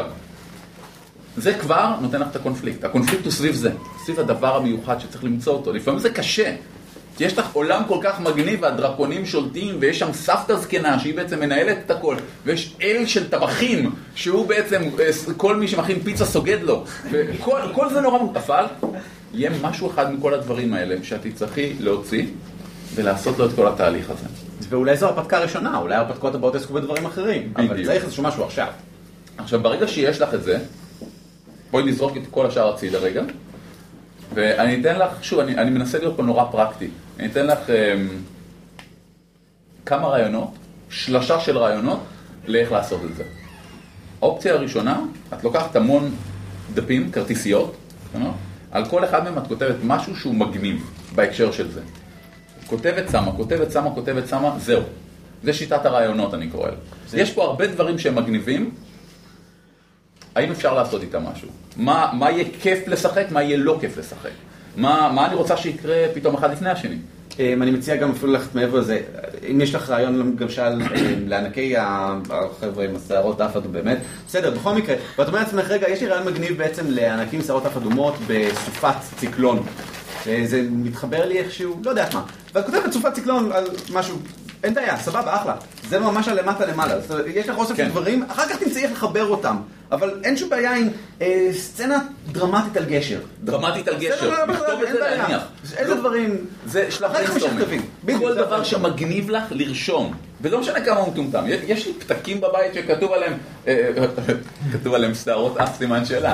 זה כבר נותן לך את הקונפליקט. הקונפליקט הוא סביב זה, סביב הדבר המיוחד שצריך למצוא אותו. לפעמים זה קשה. כי יש לך עולם כל כך מגניב והדרקונים שולטים ויש שם סבתא זקנה שהיא בעצם מנהלת את הכל ויש אל של טבחים שהוא בעצם כל מי שמכין פיצה סוגד לו וכל כל זה נורא מוטפל. יהיה משהו אחד מכל הדברים האלה שאת תצטרכי להוציא ולעשות לו את כל התהליך הזה. ואולי זו הרפתקה הראשונה, אולי הרפתקות הבאות יעסקו בדברים אחרים, אבל צריך איזשהו משהו עכשיו. עכשיו ברגע שיש לך את זה, בואי נזרוק את כל השאר הצידה רגע ואני אתן לך, שוב, אני, אני מנסה להיות פה נורא פרקטי. אני אתן לך um, כמה רעיונות, שלושה של רעיונות, לאיך לעשות את זה. האופציה הראשונה, את לוקחת המון דפים, כרטיסיות, על כל אחד מהם את כותבת משהו שהוא מגניב בהקשר של זה. כותבת שמה, כותבת שמה, כותבת שמה, זהו. זה שיטת הרעיונות, אני קורא לה. יש פה הרבה דברים שהם מגניבים, האם אפשר לעשות איתם משהו? מה, מה יהיה כיף לשחק, מה יהיה לא כיף לשחק? מה, מה אני רוצה שיקרה פתאום אחד לפני השני? אני מציע גם אפילו ללכת מעבר לזה, אם יש לך רעיון למשל לענקי החבר'ה עם השערות אף אדומות, באמת, בסדר, בכל מקרה, ואת אומרת לעצמך, רגע, יש לי רעיון מגניב בעצם לענקים שערות אף אדומות בסופת ציקלון. זה מתחבר לי איכשהו, לא יודעת מה. ואת כותבת סופת ציקלון על משהו, אין בעיה, סבבה, אחלה. זה ממש על למטה למעלה. יש לך אוסף של דברים, אחר כך תמצאי איך לחבר אותם. אבל אין שום בעיה עם סצנה דרמטית על גשר. דרמטית על גשר. לכתוב את זה להניח. איזה דברים... זה שלב בריינסטורמינג. כל דבר שמגניב לך לרשום. ולא משנה כמה הוא מטומטם. יש לי פתקים בבית שכתוב עליהם, כתוב עליהם שערות אף סימן שאלה.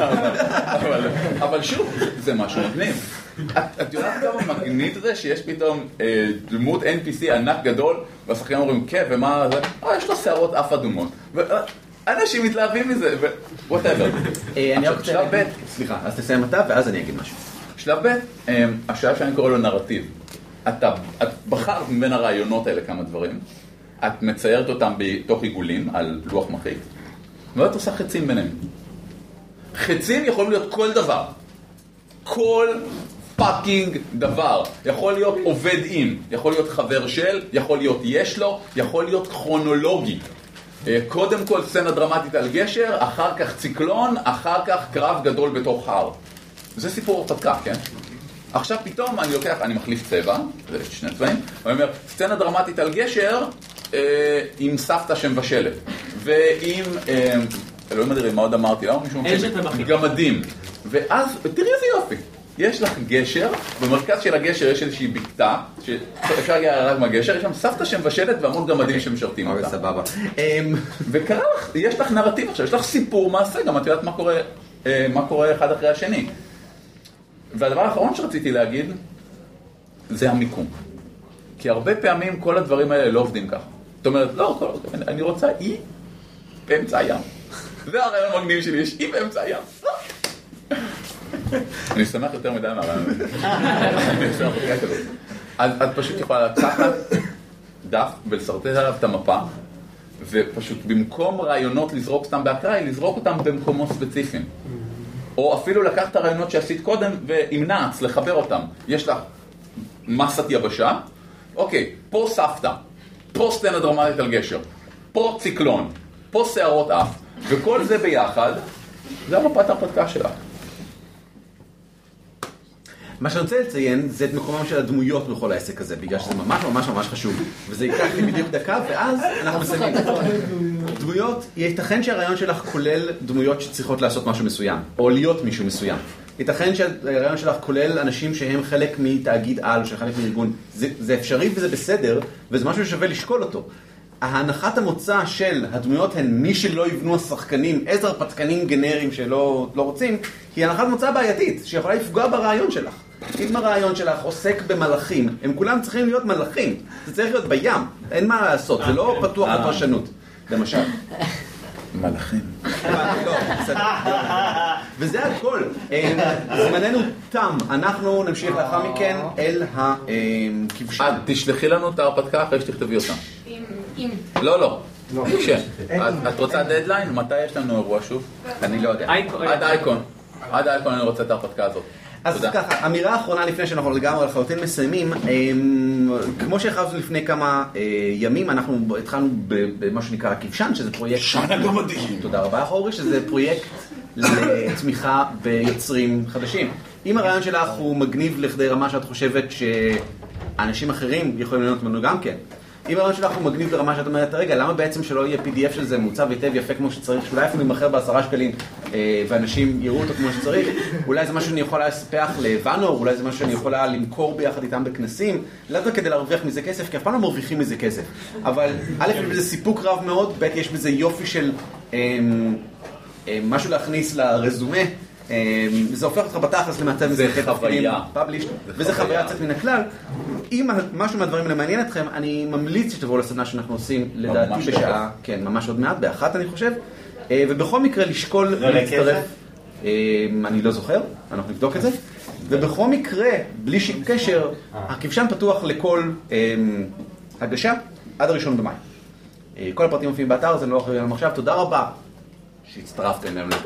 אבל שוב, זה משהו מגניב. את יודעת כמה מגניב זה שיש פתאום דמות אן פי סי ענק גדול, והשחקנים אומרים, כן, ומה זה? אה, יש לו שערות אף אדומות. אנשים מתלהבים מזה, whatever. שלב ב', סליחה, אז תסיים אתה ואז אני אגיד משהו. שלב ב', השלב שאני קורא לו נרטיב. את בחרת מבין הרעיונות האלה כמה דברים, את מציירת אותם בתוך עיגולים על לוח מחיק, ואת עושה חצים ביניהם. חצים יכולים להיות כל דבר. כל פאקינג דבר. יכול להיות עובד עם, יכול להיות חבר של, יכול להיות יש לו, יכול להיות כרונולוגי. קודם כל סצנה דרמטית על גשר, אחר כך ציקלון, אחר כך קרב גדול בתוך הר. זה סיפור הרפתקה, כן? עכשיו פתאום אני לוקח, אני מחליף צבע, זה שני צבעים, ואני אומר, סצנה דרמטית על גשר אה, עם סבתא שמבשלת, ועם, אה, אלוהים אדירים, מה עוד אמרתי? לא? גמדים. ואז, תראי איזה יופי. יש לך גשר, במרכז של הגשר יש איזושהי בקתה, שאפשר להגיע רק מהגשר, יש שם סבתא שמבשלת והמון גמדים שמשרתים אותה. סבבה. וקרה לך, יש לך נרטיב עכשיו, יש לך סיפור מעשה, גם את יודעת מה קורה, מה קורה אחד אחרי השני. והדבר האחרון שרציתי להגיד, זה המיקום. כי הרבה פעמים כל הדברים האלה לא עובדים ככה. זאת אומרת, לא, אני רוצה אי באמצע הים. זה הרעיון המגניב שלי, יש אי באמצע הים. אני שמח יותר מדי מהרעיון. אז את פשוט יכולה לקחת דף ולסרטט עליו את המפה, ופשוט במקום רעיונות לזרוק סתם באקראי, לזרוק אותם במקומות ספציפיים. או אפילו לקח את הרעיונות שעשית קודם ועם נעץ, לחבר אותם. יש לך מסת יבשה, אוקיי, פה סבתא, פה סצנה דרמטית על גשר, פה ציקלון, פה שערות אף, וכל זה ביחד, זה המפת ההרפתקה שלך. מה שאני רוצה לציין זה את מקומם של הדמויות בכל העסק הזה, בגלל שזה ממש ממש ממש חשוב. וזה ייקח לי בדיוק דקה, ואז אנחנו מסיימים. דמויות, ייתכן שהרעיון שלך כולל דמויות שצריכות לעשות משהו מסוים, או להיות מישהו מסוים. ייתכן שהרעיון שלך כולל אנשים שהם חלק מתאגיד על, או שחלק מארגון. זה, זה אפשרי וזה בסדר, וזה משהו ששווה לשקול אותו. ההנחת המוצא של הדמויות הן מי שלא יבנו השחקנים, איזה הרפתקנים גנריים שלא לא רוצים, היא הנחת מוצא בעייתית, שיכולה לפגוע ברעיון שלך. אם הרעיון שלך עוסק במלאכים, הם כולם צריכים להיות מלאכים. זה צריך להיות בים, אין מה לעשות, זה לא פתוח לפרשנות, למשל. מלאכים. וזה הכל. זמננו תם. אנחנו נמשיך לאחר מכן אל הכבשן. תשלחי לנו את ההרפתקה אחרי שתכתבי אותה. אם. לא, לא. את רוצה דדליין? מתי יש לנו אירוע שוב? אני לא יודע. עד אייקון. עד אייקון אני רוצה את ההרפתקה הזאת. אז ככה, אמירה האחרונה לפני שאנחנו לגמרי לחלוטין מסיימים, כמו שהכרזנו לפני כמה ימים, אנחנו התחלנו במה שנקרא הכבשן, שזה פרויקט... כבשן הגמדים. תודה רבה, אורי, שזה פרויקט לתמיכה ביוצרים חדשים. אם הרעיון שלך הוא מגניב לכדי רמה שאת חושבת שאנשים אחרים יכולים ליהנות ממנו גם כן, אם הרעיון שלך הוא מגניב לרמה שאת אומרת, רגע, למה בעצם שלא יהיה פי די אף של זה מוצב היטב יפה כמו שצריך, שאולי אפילו ימחר בעשרה שקלים ואנשים יראו אותו כמו שצריך, אולי זה משהו שאני יכולה לספח לוואנור, אולי זה משהו שאני יכולה למכור ביחד איתם בכנסים, לא רק כדי להרוויח מזה כסף, כי אף פעם לא מרוויחים מזה כסף. אבל א', יש בזה סיפוק רב מאוד, ב', יש בזה יופי של משהו להכניס לרזומה, זה הופך אותך בתכלס למעצב זה חוויה וזה חוויה יוצאת מן הכלל. אם משהו מהדברים האלה מעניין אתכם, אני ממליץ שתבואו לסדנה שאנחנו עושים לדעתי בשעה, כן, ממש עוד מעט, באחת אני חושב, ובכל מקרה לשקול להצטרף, אני לא זוכר, אנחנו נבדוק את זה, ובכל מקרה, בלי קשר, הכבשן פתוח לכל הגשה עד הראשון במאי. כל הפרטים מופיעים באתר, זה לא אחרי לנו עכשיו, תודה רבה שהצטרפתם אלינו.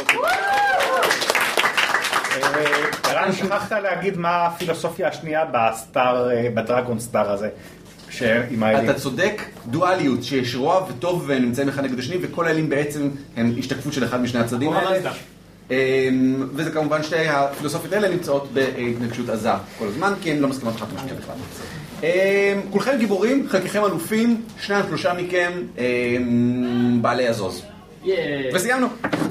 ערן, שכחת להגיד מה הפילוסופיה השנייה בסטאר, בדרגון סטאר הזה. אתה צודק, דואליות, שיש רוע וטוב ונמצאים אחד נגד השני, וכל האלים בעצם הם השתקפות של אחד משני הצדדים האלה. וזה כמובן שתי הפילוסופיות האלה נמצאות בהתנגשות עזה כל הזמן, כי הם לא מסכימות אחת משני בכלל. כולכם גיבורים, חלקכם אלופים, שניים שלושה מכם בעלי הזוז. וסיימנו.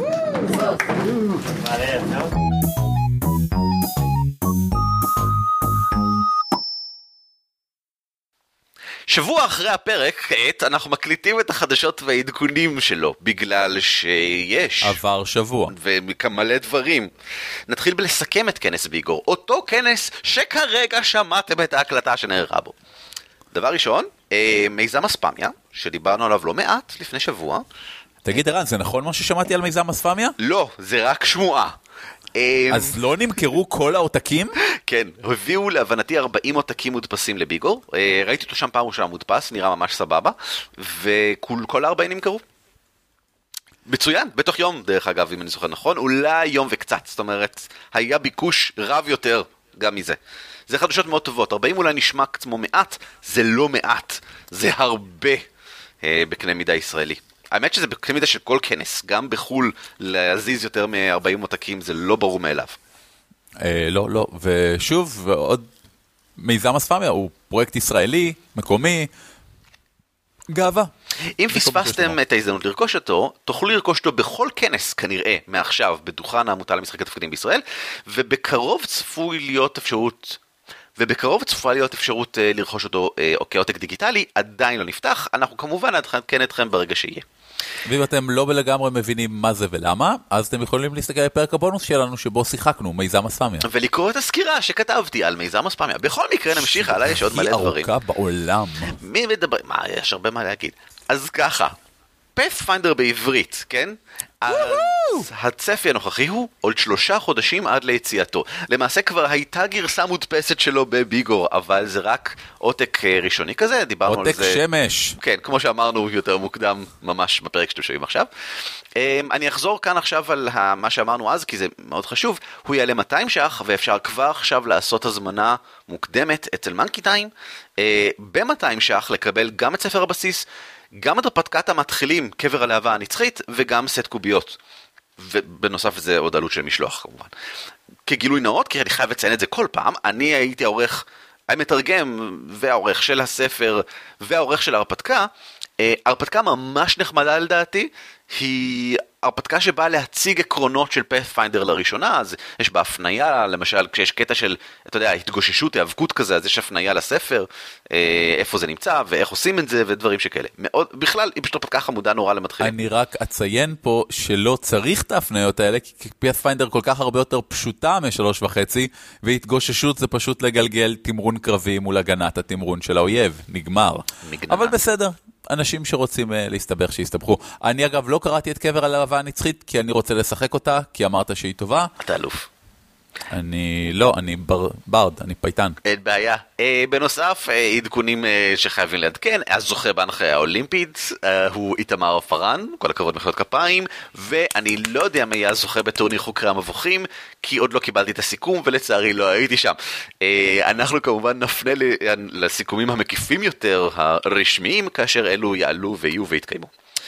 שבוע אחרי הפרק, כעת, אנחנו מקליטים את החדשות והעדכונים שלו, בגלל שיש. עבר שבוע. ומלא דברים. נתחיל בלסכם את כנס ביגור, אותו כנס שכרגע שמעתם את ההקלטה שנערכה בו. דבר ראשון, מיזם אספמיה, שדיברנו עליו לא מעט לפני שבוע. תגיד ערן, זה נכון מה ששמעתי על מיזם אספמיה? לא, זה רק שמועה. אז לא נמכרו כל העותקים? כן, הביאו להבנתי ארבעים עותקים מודפסים לביגור, ראיתי אותו שם פעם ראשונה מודפס, נראה ממש סבבה, וכל ארבעים נמכרו. מצוין, בתוך יום דרך אגב, אם אני זוכר נכון, אולי יום וקצת, זאת אומרת, היה ביקוש רב יותר גם מזה. זה חדשות מאוד טובות, ארבעים אולי נשמע כמו מעט, זה לא מעט, זה הרבה בקנה מידה ישראלי. האמת שזה בקנה מידה של כל כנס, גם בחול להזיז יותר מ-ארבעים עותקים, זה לא ברור מאליו. לא, לא, ושוב, ועוד מיזם אספמיה, הוא פרויקט ישראלי, מקומי, גאווה. אם פספסתם את ההזדמנות לרכוש אותו, תוכלו לרכוש אותו בכל כנס, כנראה, מעכשיו, בדוכן העמותה למשחקי תפקידים בישראל, ובקרוב צפוי להיות אפשרות... ובקרוב צפויה להיות אפשרות לרכוש אותו כעותק דיגיטלי, עדיין לא נפתח, אנחנו כמובן נעדכן אתכם ברגע שיהיה. ואם אתם לא לגמרי מבינים מה זה ולמה, אז אתם יכולים להסתכל בפרק הבונוס שלנו שבו שיחקנו, מיזם אספמיה. ולקרוא את הסקירה שכתבתי על מיזם אספמיה. בכל מקרה נמשיך הלאה, יש עוד מלא דברים. היא ארוכה בעולם. מי מדבר? מה, יש הרבה מה להגיד. אז ככה, Pathfinder בעברית, כן? אז הצפי הנוכחי הוא עוד שלושה חודשים עד ליציאתו. למעשה כבר הייתה גרסה מודפסת שלו בביגור, אבל זה רק עותק ראשוני כזה, דיברנו על זה. עותק שמש. כן, כמו שאמרנו יותר מוקדם, ממש בפרק שאתם שומעים עכשיו. אני אחזור כאן עכשיו על מה שאמרנו אז, כי זה מאוד חשוב. הוא יעלה מאתיים שח, ואפשר כבר עכשיו לעשות הזמנה מוקדמת אצל מנקי טיים, ב-מאתיים שח לקבל גם את ספר הבסיס, גם את הרפתקת המתחילים, קבר הלהבה הנצחית, וגם סט קוביות. ובנוסף לזה עוד עלות של משלוח כמובן. כגילוי נאות, כי אני חייב לציין את זה כל פעם, אני הייתי העורך, המתרגם והעורך של הספר והעורך של ההרפתקה. הרפתקה ממש נחמדה לדעתי, היא הרפתקה שבאה להציג עקרונות של Pathfinder לראשונה, אז יש בה הפניה, למשל כשיש קטע של, אתה יודע, התגוששות, היאבקות כזה, אז יש הפניה לספר, איפה זה נמצא ואיך עושים את זה ודברים שכאלה. מאוד, בכלל, היא פשוט הרפתקה חמודה נורא למתחילים. אני רק אציין פה שלא צריך את ההפניות האלה, כי Pathfinder כל כך הרבה יותר פשוטה משלוש וחצי, והתגוששות זה פשוט לגלגל תמרון קרבי מול הגנת התמרון של האויב, נגמר. מגננה. אבל בסדר. אנשים שרוצים uh, להסתבך שיסתבכו. אני אגב לא קראתי את קבר הלהבה הנצחית, כי אני רוצה לשחק אותה, כי אמרת שהיא טובה. אתה אלוף. אני לא, אני בר, ברד, אני פייטן. אין בעיה. אה, בנוסף, אה, עדכונים אה, שחייבים לעדכן, הזוכה בהנחיה האולימפית, אה, הוא איתמר פרן, כל הכבוד מחיאות כפיים, ואני לא יודע מי היה זוכה בטורניר חוקרי המבוכים, כי עוד לא קיבלתי את הסיכום, ולצערי לא הייתי שם. אה, אנחנו כמובן נפנה לסיכומים המקיפים יותר, הרשמיים, כאשר אלו יעלו ויהיו והתקיימו.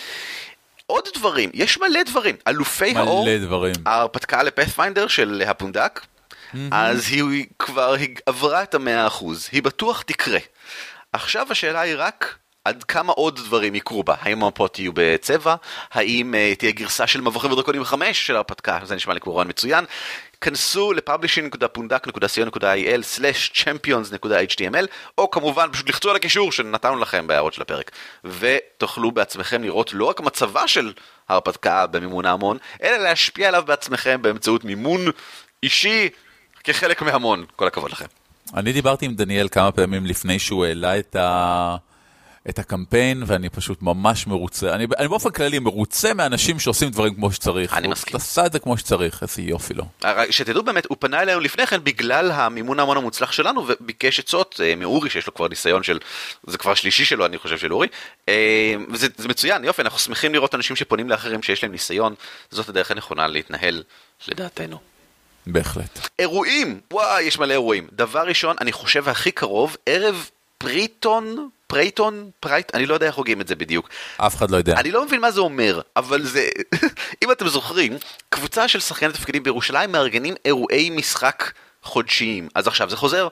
עוד דברים, יש מלא דברים, אלופי האור, מלא דברים. ההרפתקה לפאת'פיינדר של הפונדק, mm-hmm. אז היא כבר היא עברה את המאה אחוז, היא בטוח תקרה. עכשיו השאלה היא רק עד כמה עוד דברים יקרו בה, האם המפות יהיו בצבע, האם uh, תהיה גרסה של מבוכים ודרקונים חמש של ההרפתקה, זה נשמע לי כמו רעיון מצוין. כנסו ל-publishing דוט פונדק דוט co דוט il סלש צ'מפיונס דוט אייץ' טי אם אל, או כמובן פשוט לחצו על הקישור שנתנו לכם בהערות של הפרק, ותוכלו בעצמכם לראות לא רק מצבה של ההרפתקה במימון ההמון, אלא להשפיע עליו בעצמכם באמצעות מימון אישי כחלק מהמון. כל הכבוד לכם. אני דיברתי עם דניאל כמה פעמים לפני שהוא העלה את ה... את הקמפיין, ואני פשוט ממש מרוצה. אני, אני באופן כללי מרוצה מאנשים שעושים דברים כמו שצריך. אני מסכים. תעשה את זה כמו שצריך, איזה יופי לו. שתדעו באמת, הוא פנה אלינו לפני כן בגלל המימון ההמון המוצלח שלנו, וביקש עצות מאורי, שיש לו כבר ניסיון של, זה כבר שלישי שלו, אני חושב, של אורי. וזה זה מצוין, יופי, אנחנו שמחים לראות אנשים שפונים לאחרים שיש להם ניסיון, זאת הדרך הנכונה להתנהל, לדעתנו. בהחלט. אירועים, וואי, יש מלא אירועים. דבר ראשון, אני חושב הכי קרוב, ערב פריטון, פרייטון, פרייט, אני לא יודע איך הוגים את זה בדיוק. אף אחד לא יודע. אני לא מבין מה זה אומר, אבל זה, אם אתם זוכרים, קבוצה של שחקני תפקידים בירושלים מארגנים אירועי משחק חודשיים. אז עכשיו זה חוזר,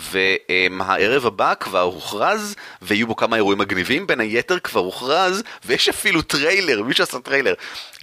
והערב הבא כבר הוכרז, ויהיו בו כמה אירועים מגניבים, בין היתר כבר הוכרז, ויש אפילו טריילר, מי שעשה טריילר,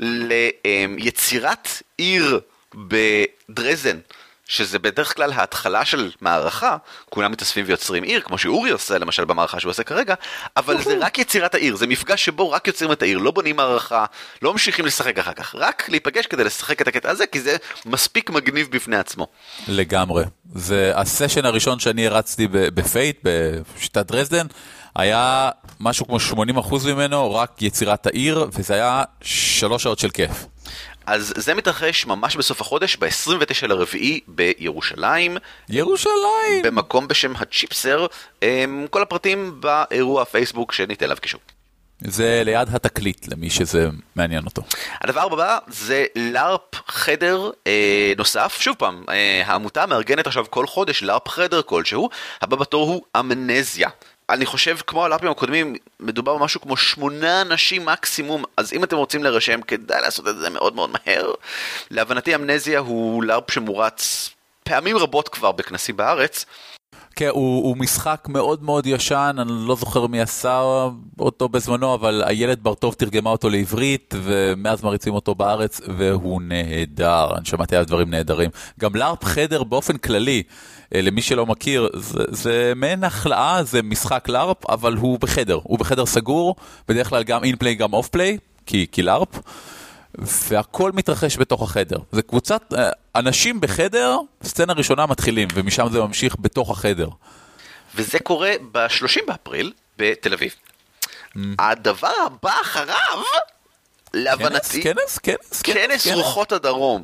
ליצירת עיר בדרזן, שזה בדרך כלל ההתחלה של מערכה, כולם מתאספים ויוצרים עיר, כמו שאורי עושה למשל במערכה שהוא עושה כרגע, אבל זה רק יצירת העיר, זה מפגש שבו רק יוצרים את העיר, לא בונים מערכה, לא ממשיכים לשחק אחר כך, רק להיפגש כדי לשחק את הקטע הזה, כי זה מספיק מגניב בפני עצמו. לגמרי. זה הסשן הראשון שאני הרצתי בפייט, בשיטת דרזדן, היה משהו כמו שמונים אחוז ממנו, רק יצירת העיר, וזה היה שלוש שעות של כיף. אז זה מתרחש ממש בסוף החודש, ב-עשרים ותשעה לרביעי בירושלים. ירושלים! במקום בשם הצ'יפסר, כל הפרטים באירוע הפייסבוק שניתן עליו קישור. זה ליד התקליט, למי שזה מעניין אותו. הדבר הבא זה לארפ חדר אה, נוסף. שוב פעם, אה, העמותה מארגנת עכשיו כל חודש לארפ חדר כלשהו. הבא בתור הוא אמנזיה. אני חושב, כמו הלארפים הקודמים, מדובר במשהו כמו שמונה אנשים מקסימום, אז אם אתם רוצים להירשם, כדאי לעשות את זה מאוד מאוד מהר. להבנתי, אמנזיה הוא לארפ שמורץ פעמים רבות כבר בכנסים בארץ. כן, הוא, הוא משחק מאוד מאוד ישן, אני לא זוכר מי עשה אותו בזמנו, אבל הילד ברטוב תרגמה אותו לעברית, ומאז מריצים אותו בארץ, והוא נהדר, אני שמעתי על דברים נהדרים. גם לארפ חדר באופן כללי, למי שלא מכיר, זה, זה מעין החלאה, זה משחק לארפ, אבל הוא בחדר, הוא בחדר סגור, בדרך כלל גם אינפליי, גם אופפליי, כי, כי לארפ, והכל מתרחש בתוך החדר. זה קבוצת אנשים בחדר, סצנה ראשונה מתחילים, ומשם זה ממשיך בתוך החדר. וזה קורה ב-שלושים באפריל בתל אביב. הדבר הבא אחריו, להבנתי, כנס, כנס, כנס רוחות הדרום.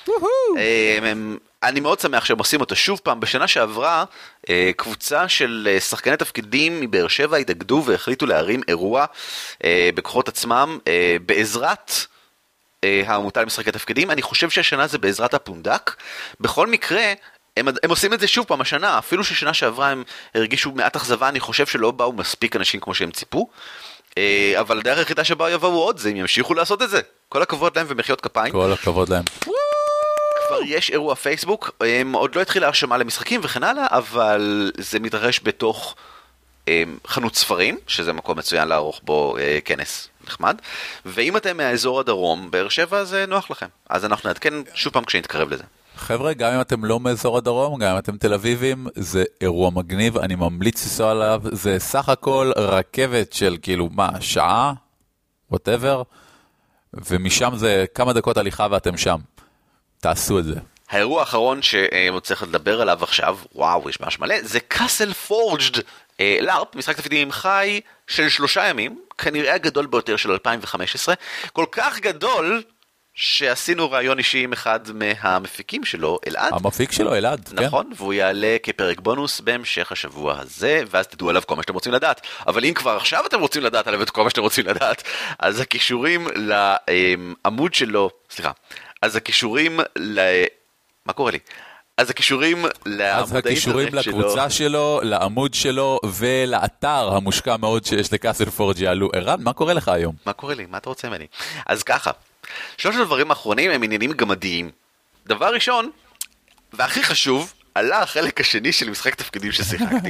אני מאוד שמח שהם עושים אותו שוב פעם. בשנה שעברה קבוצה של שחקני תפקידים מבאר שבע התאגדו והחליטו להרים אירוע בכוחות עצמם בעזרת העמותה למשחקי תפקידים. אני חושב שהשנה זה בעזרת הפונדק. בכל מקרה הם, הם עושים את זה שוב פעם השנה, אפילו ששנה שעברה הם הרגישו מעט אכזבה. אני חושב שלא באו מספיק אנשים כמו שהם ציפו, אבל הדרך היחידה שבה יבואו עוד זה אם ימשיכו לעשות את זה. כל הכבוד להם ומחיאות כפיים. כל הכבוד להם. כבר יש אירוע פייסבוק, עוד לא התחילה הרשמה למשחקים וכן הלאה, אבל זה מתרחש בתוך חנות ספרים, שזה מקום מצוין לערוך בו כנס נחמד, ואם אתם מהאזור הדרום, באר שבע זה נוח לכם, אז אנחנו נעדכן שוב פעם כשנתקרב לזה. חבר'ה, גם אם אתם לא מאזור הדרום, גם אם אתם תל אביבים, זה אירוע מגניב, אני ממליץ לנסוע עליו, זה סך הכל רכבת של כאילו, מה, שעה, whatever, ומשם זה כמה דקות הליכה ואתם שם. תעשו את זה. האירוע האחרון שצריך לדבר עליו עכשיו, וואו, יש ממש מלא, זה קאסל פורג'ד לארפ, משחק תפקידים חי של שלושה ימים, כנראה הגדול ביותר של אלפיים וחמש עשרה, כל כך גדול שעשינו רעיון אישי עם אחד מהמפיקים שלו, אלעד. המפיק שלו, אלעד, כן. נכון, והוא יעלה כפרק בונוס בהמשך השבוע הזה, ואז תדעו עליו כל מה שאתם רוצים לדעת. אבל אם כבר עכשיו אתם רוצים לדעת עליו את כל מה שאתם רוצים לדעת, אז הכישורים לעמוד שלו, סליחה, אז הכישורים ל... מה קורה לי? אז הכישורים לעמוד האינטרנט שלו. אז הכישורים לקבוצה שלו, לעמוד שלו, ולאתר המושקע מאוד שיש לקאסל פורג' יעלו. ערן, מה קורה לך היום? מה קורה לי? מה אתה רוצה ממני? אז ככה, שלושת הדברים האחרונים הם עניינים גמדיים. דבר ראשון, והכי חשוב, עלה החלק השני של משחק תפקידים ששיחקתי.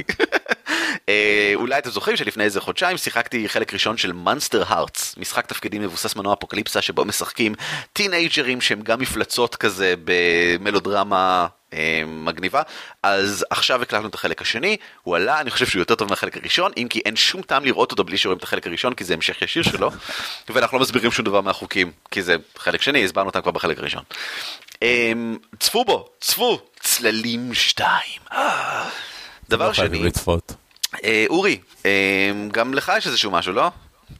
אולי אתם זוכרים שלפני איזה חודשיים שיחקתי חלק ראשון של Monster Hearts, משחק תפקידים מבוסס מנוע אפוקליפסה שבו משחקים טינאג'רים שהם גם מפלצות כזה במלודרמה מגניבה. אז עכשיו הקלטנו את החלק השני, הוא עלה, אני חושב שהוא יותר טוב מהחלק הראשון, אם כי אין שום טעם לראות אותו בלי שרואים את החלק הראשון, כי זה המשך ישיר שלו, ואנחנו לא מסבירים שום דבר מהחוקים, כי זה חלק שני, הסברנו אותם כבר בחלק הראשון. צפו בו, צפו, צללים שתיים. דבר שני, אורי, גם לך יש איזשהו משהו, לא?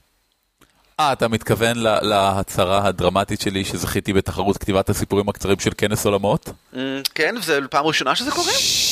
אה, אתה מתכוון להצהרה הדרמטית שלי שזכיתי בתחרות כתיבת הסיפורים הקצרים של כנס עולמות? כן, וזה פעם ראשונה שזה קורה?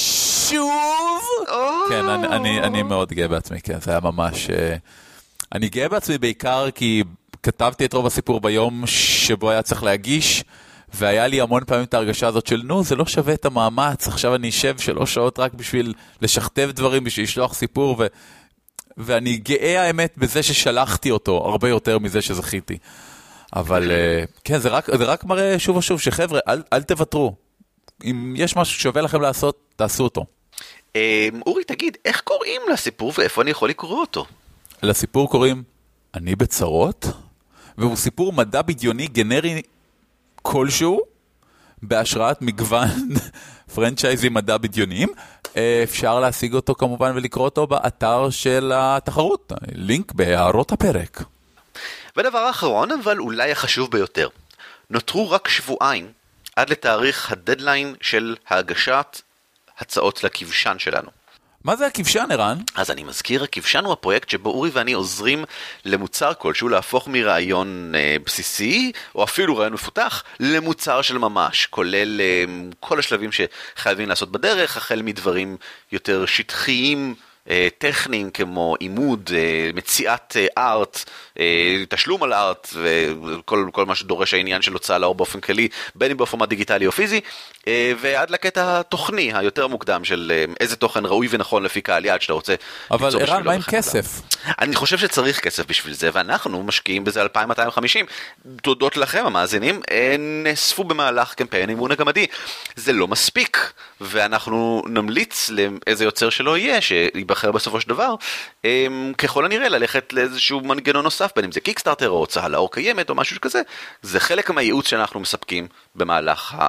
שוב? כן, אני מאוד גאה בעצמי, כן, זה היה ממש... אני גאה בעצמי בעיקר כי כתבתי את רוב הסיפור ביום שבו היה צריך להגיש, והיה לי המון פעמים את ההרגשה הזאת של, נו, זה לא שווה את המאמץ, עכשיו אני אשב שלוש שעות רק בשביל לשכתב דברים, בשביל לשלוח סיפור, ו... ואני גאה האמת בזה ששלחתי אותו, הרבה יותר מזה שזכיתי. אבל כן, זה רק, זה רק מראה שוב ושוב, שחבר'ה, אל, אל תוותרו. אם יש משהו ששווה לכם לעשות, תעשו אותו. אורי, תגיד, איך קוראים לסיפור ואיפה אני יכול לקרוא אותו? לסיפור קוראים אני בצרות, והוא סיפור מדע בדיוני גנרי כלשהו, בהשראת מגוון פרנצ'ייזים מדע בדיוניים. אפשר להשיג אותו כמובן ולקרוא אותו באתר של התחרות, לינק בהערות הפרק. ודבר האחרון, אבל אולי החשוב ביותר, נותרו רק שבועיים עד לתאריך הדדליין של ההגשת הצעות לכבשן שלנו. מה זה הכבשן, ערן? אז אני מזכיר, הכבשן הוא הפרויקט שבו אורי ואני עוזרים למוצר כלשהו להפוך מרעיון אה, בסיסי, או אפילו רעיון מפותח, למוצר של ממש, כולל אה, כל השלבים שחייבים לעשות בדרך, החל מדברים יותר שטחיים, אה, טכניים כמו עימוד, אה, מציאת אה, ארט, אה, תשלום על ארט, וכל כל מה שדורש העניין של הוצאה לאור באופן כללי, בין אם בפורמט דיגיטלי או פיזי, ועד לקטע התוכני היותר מוקדם של איזה תוכן ראוי ונכון לפי קהל יעד שאתה רוצה. אבל ערן, מה עם כסף? אני חושב שצריך כסף בשביל זה, ואנחנו משקיעים בזה אלפיים מאתיים וחמישים. תודות לכם המאזינים, נאספו במהלך קמפיין אימון הגמדי. זה לא מספיק, ואנחנו נמליץ לאיזה יוצר שלא יהיה, שיבחר בסופו של דבר, ככל הנראה ללכת לאיזשהו מנגנון נוסף, בין אם זה קיקסטארטר או הוצאה לאור קיימת או משהו כזה. זה חלק מהייעוץ שאנחנו מספקים במהלך ה...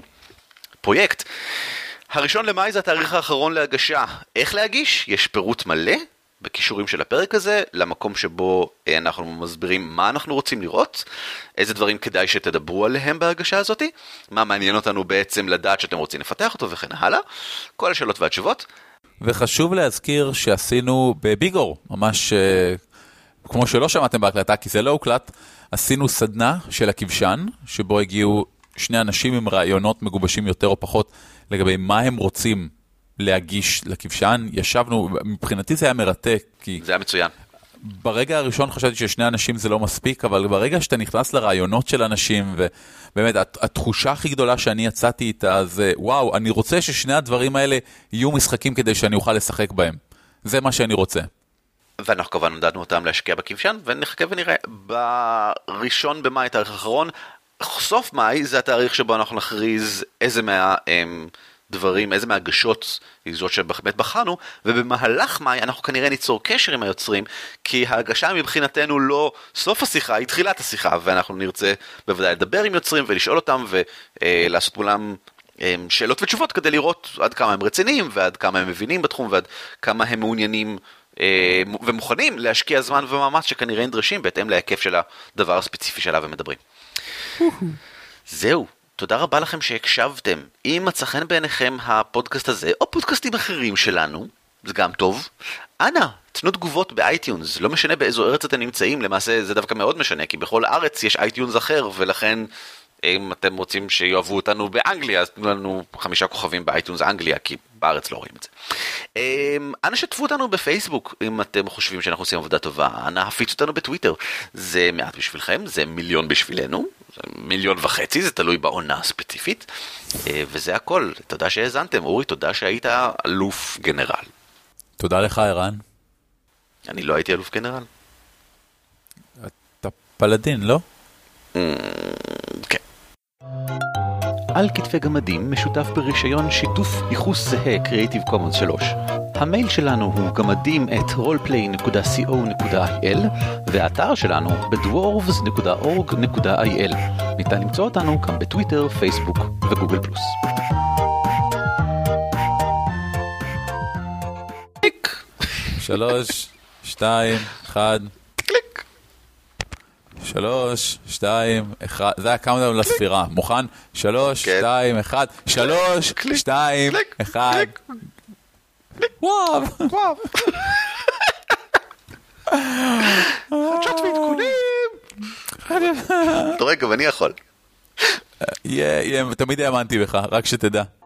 פרויקט. הראשון למאי זה התאריך האחרון להגשה. איך להגיש? יש פירוט מלא בקישורים של הפרק הזה, למקום שבו אנחנו מסבירים מה אנחנו רוצים לראות, איזה דברים כדאי שתדברו עליהם בהגשה הזאת, מה מעניין אותנו בעצם לדעת שאתם רוצים לפתח אותו וכן הלאה. כל השאלות והתשובות. וחשוב להזכיר שעשינו בביגור, ממש כמו שלא שמעתם בהקלטה, כי זה לא הוקלט, עשינו סדנה של הכבשן, שבו הגיעו שני אנשים עם רעיונות מגובשים יותר או פחות, לגבי מה הם רוצים להגיש לכבשן. ישבנו, מבחינתי זה היה מרתק. כי זה היה מצוין. ברגע הראשון חשבתי ששני אנשים זה לא מספיק, אבל ברגע שאתה נכנס לרעיונות של אנשים, ובאמת התחושה הכי גדולה שאני יצאתי איתה, זה וואו, אני רוצה ששני הדברים האלה יהיו משחקים כדי שאני אוכל לשחק בהם. זה מה שאני רוצה. ואנחנו כמובן נדענו אותם להשקיע בכבשן, ונחכה ונראה. בראשון במאי, תאריך האחרון, סוף מאי זה התאריך שבו אנחנו נכריז איזה מה... דברים, איזה מהגשות זאת שבאמת בחרנו, ובמהלך מאי אנחנו כנראה ניצור קשר עם היוצרים, כי ההגשה מבחינתנו לא סוף השיחה, היא תחילת השיחה, ואנחנו נרצה בוודאי לדבר עם יוצרים ולשאול אותם ולעשות מולם שאלות ותשובות כדי לראות עד כמה הם רציניים ועד כמה הם מבינים בתחום ועד כמה הם מעוניינים ומוכנים להשקיע זמן ומאמץ שכנראה נדרשים בהתאם להיקף של הדבר הספציפי שעליו הם מדברים. זהו. תודה רבה לכם שהקשבתם. אם מצא חן בעיניכם הפודקאסט הזה, או פודקאסטים אחרים שלנו, זה גם טוב. אנא, תנו תגובות באייטיונס. לא משנה באיזו ארץ אתם נמצאים, למעשה זה דווקא מאוד משנה, כי בכל ארץ יש אייטיונס אחר, ולכן אם אתם רוצים שיאהבו אותנו באנגליה, אז תנו לנו חמישה כוכבים באייטיונס אנגליה, כי בארץ לא רואים את זה. אנא שתפו אותנו בפייסבוק, אם אתם חושבים שאנחנו עושים עבודה טובה. אנא הפיצו אותנו בטוויטר. זה מעט בשבילכם, זה מיליון בשבילנו. מיליון וחצי, זה תלוי בעונה הספציפית, וזה הכל. תודה שהאזנתם. אורי, תודה שהיית אלוף גנרל. תודה לך, ערן. אני לא הייתי אלוף גנרל. אתה פלדין, לא? כן. על כתפי גמדים משותף ברישיון שיתוף ייחוס זהה Creative Commons שלוש. המייל שלנו הוא גמדים את roleplay נקודה co נקודה il והאתר שלנו ב-dwarves נקודה org נקודה il. ניתן למצוא אותנו גם בטוויטר, פייסבוק וגוגל פלוס. קליק. שלוש, שתיים, אחד. קליק. שלוש, שתיים, אחד. זה היה כמה דברים לספירה. מוכן? שלוש, שתיים, אחד. שלוש, שתיים, אחד. וואו. וואו. חדשות ועדכונים. אתה רואה, גם אני יכול. תמיד האמנתי בך, רק שתדע.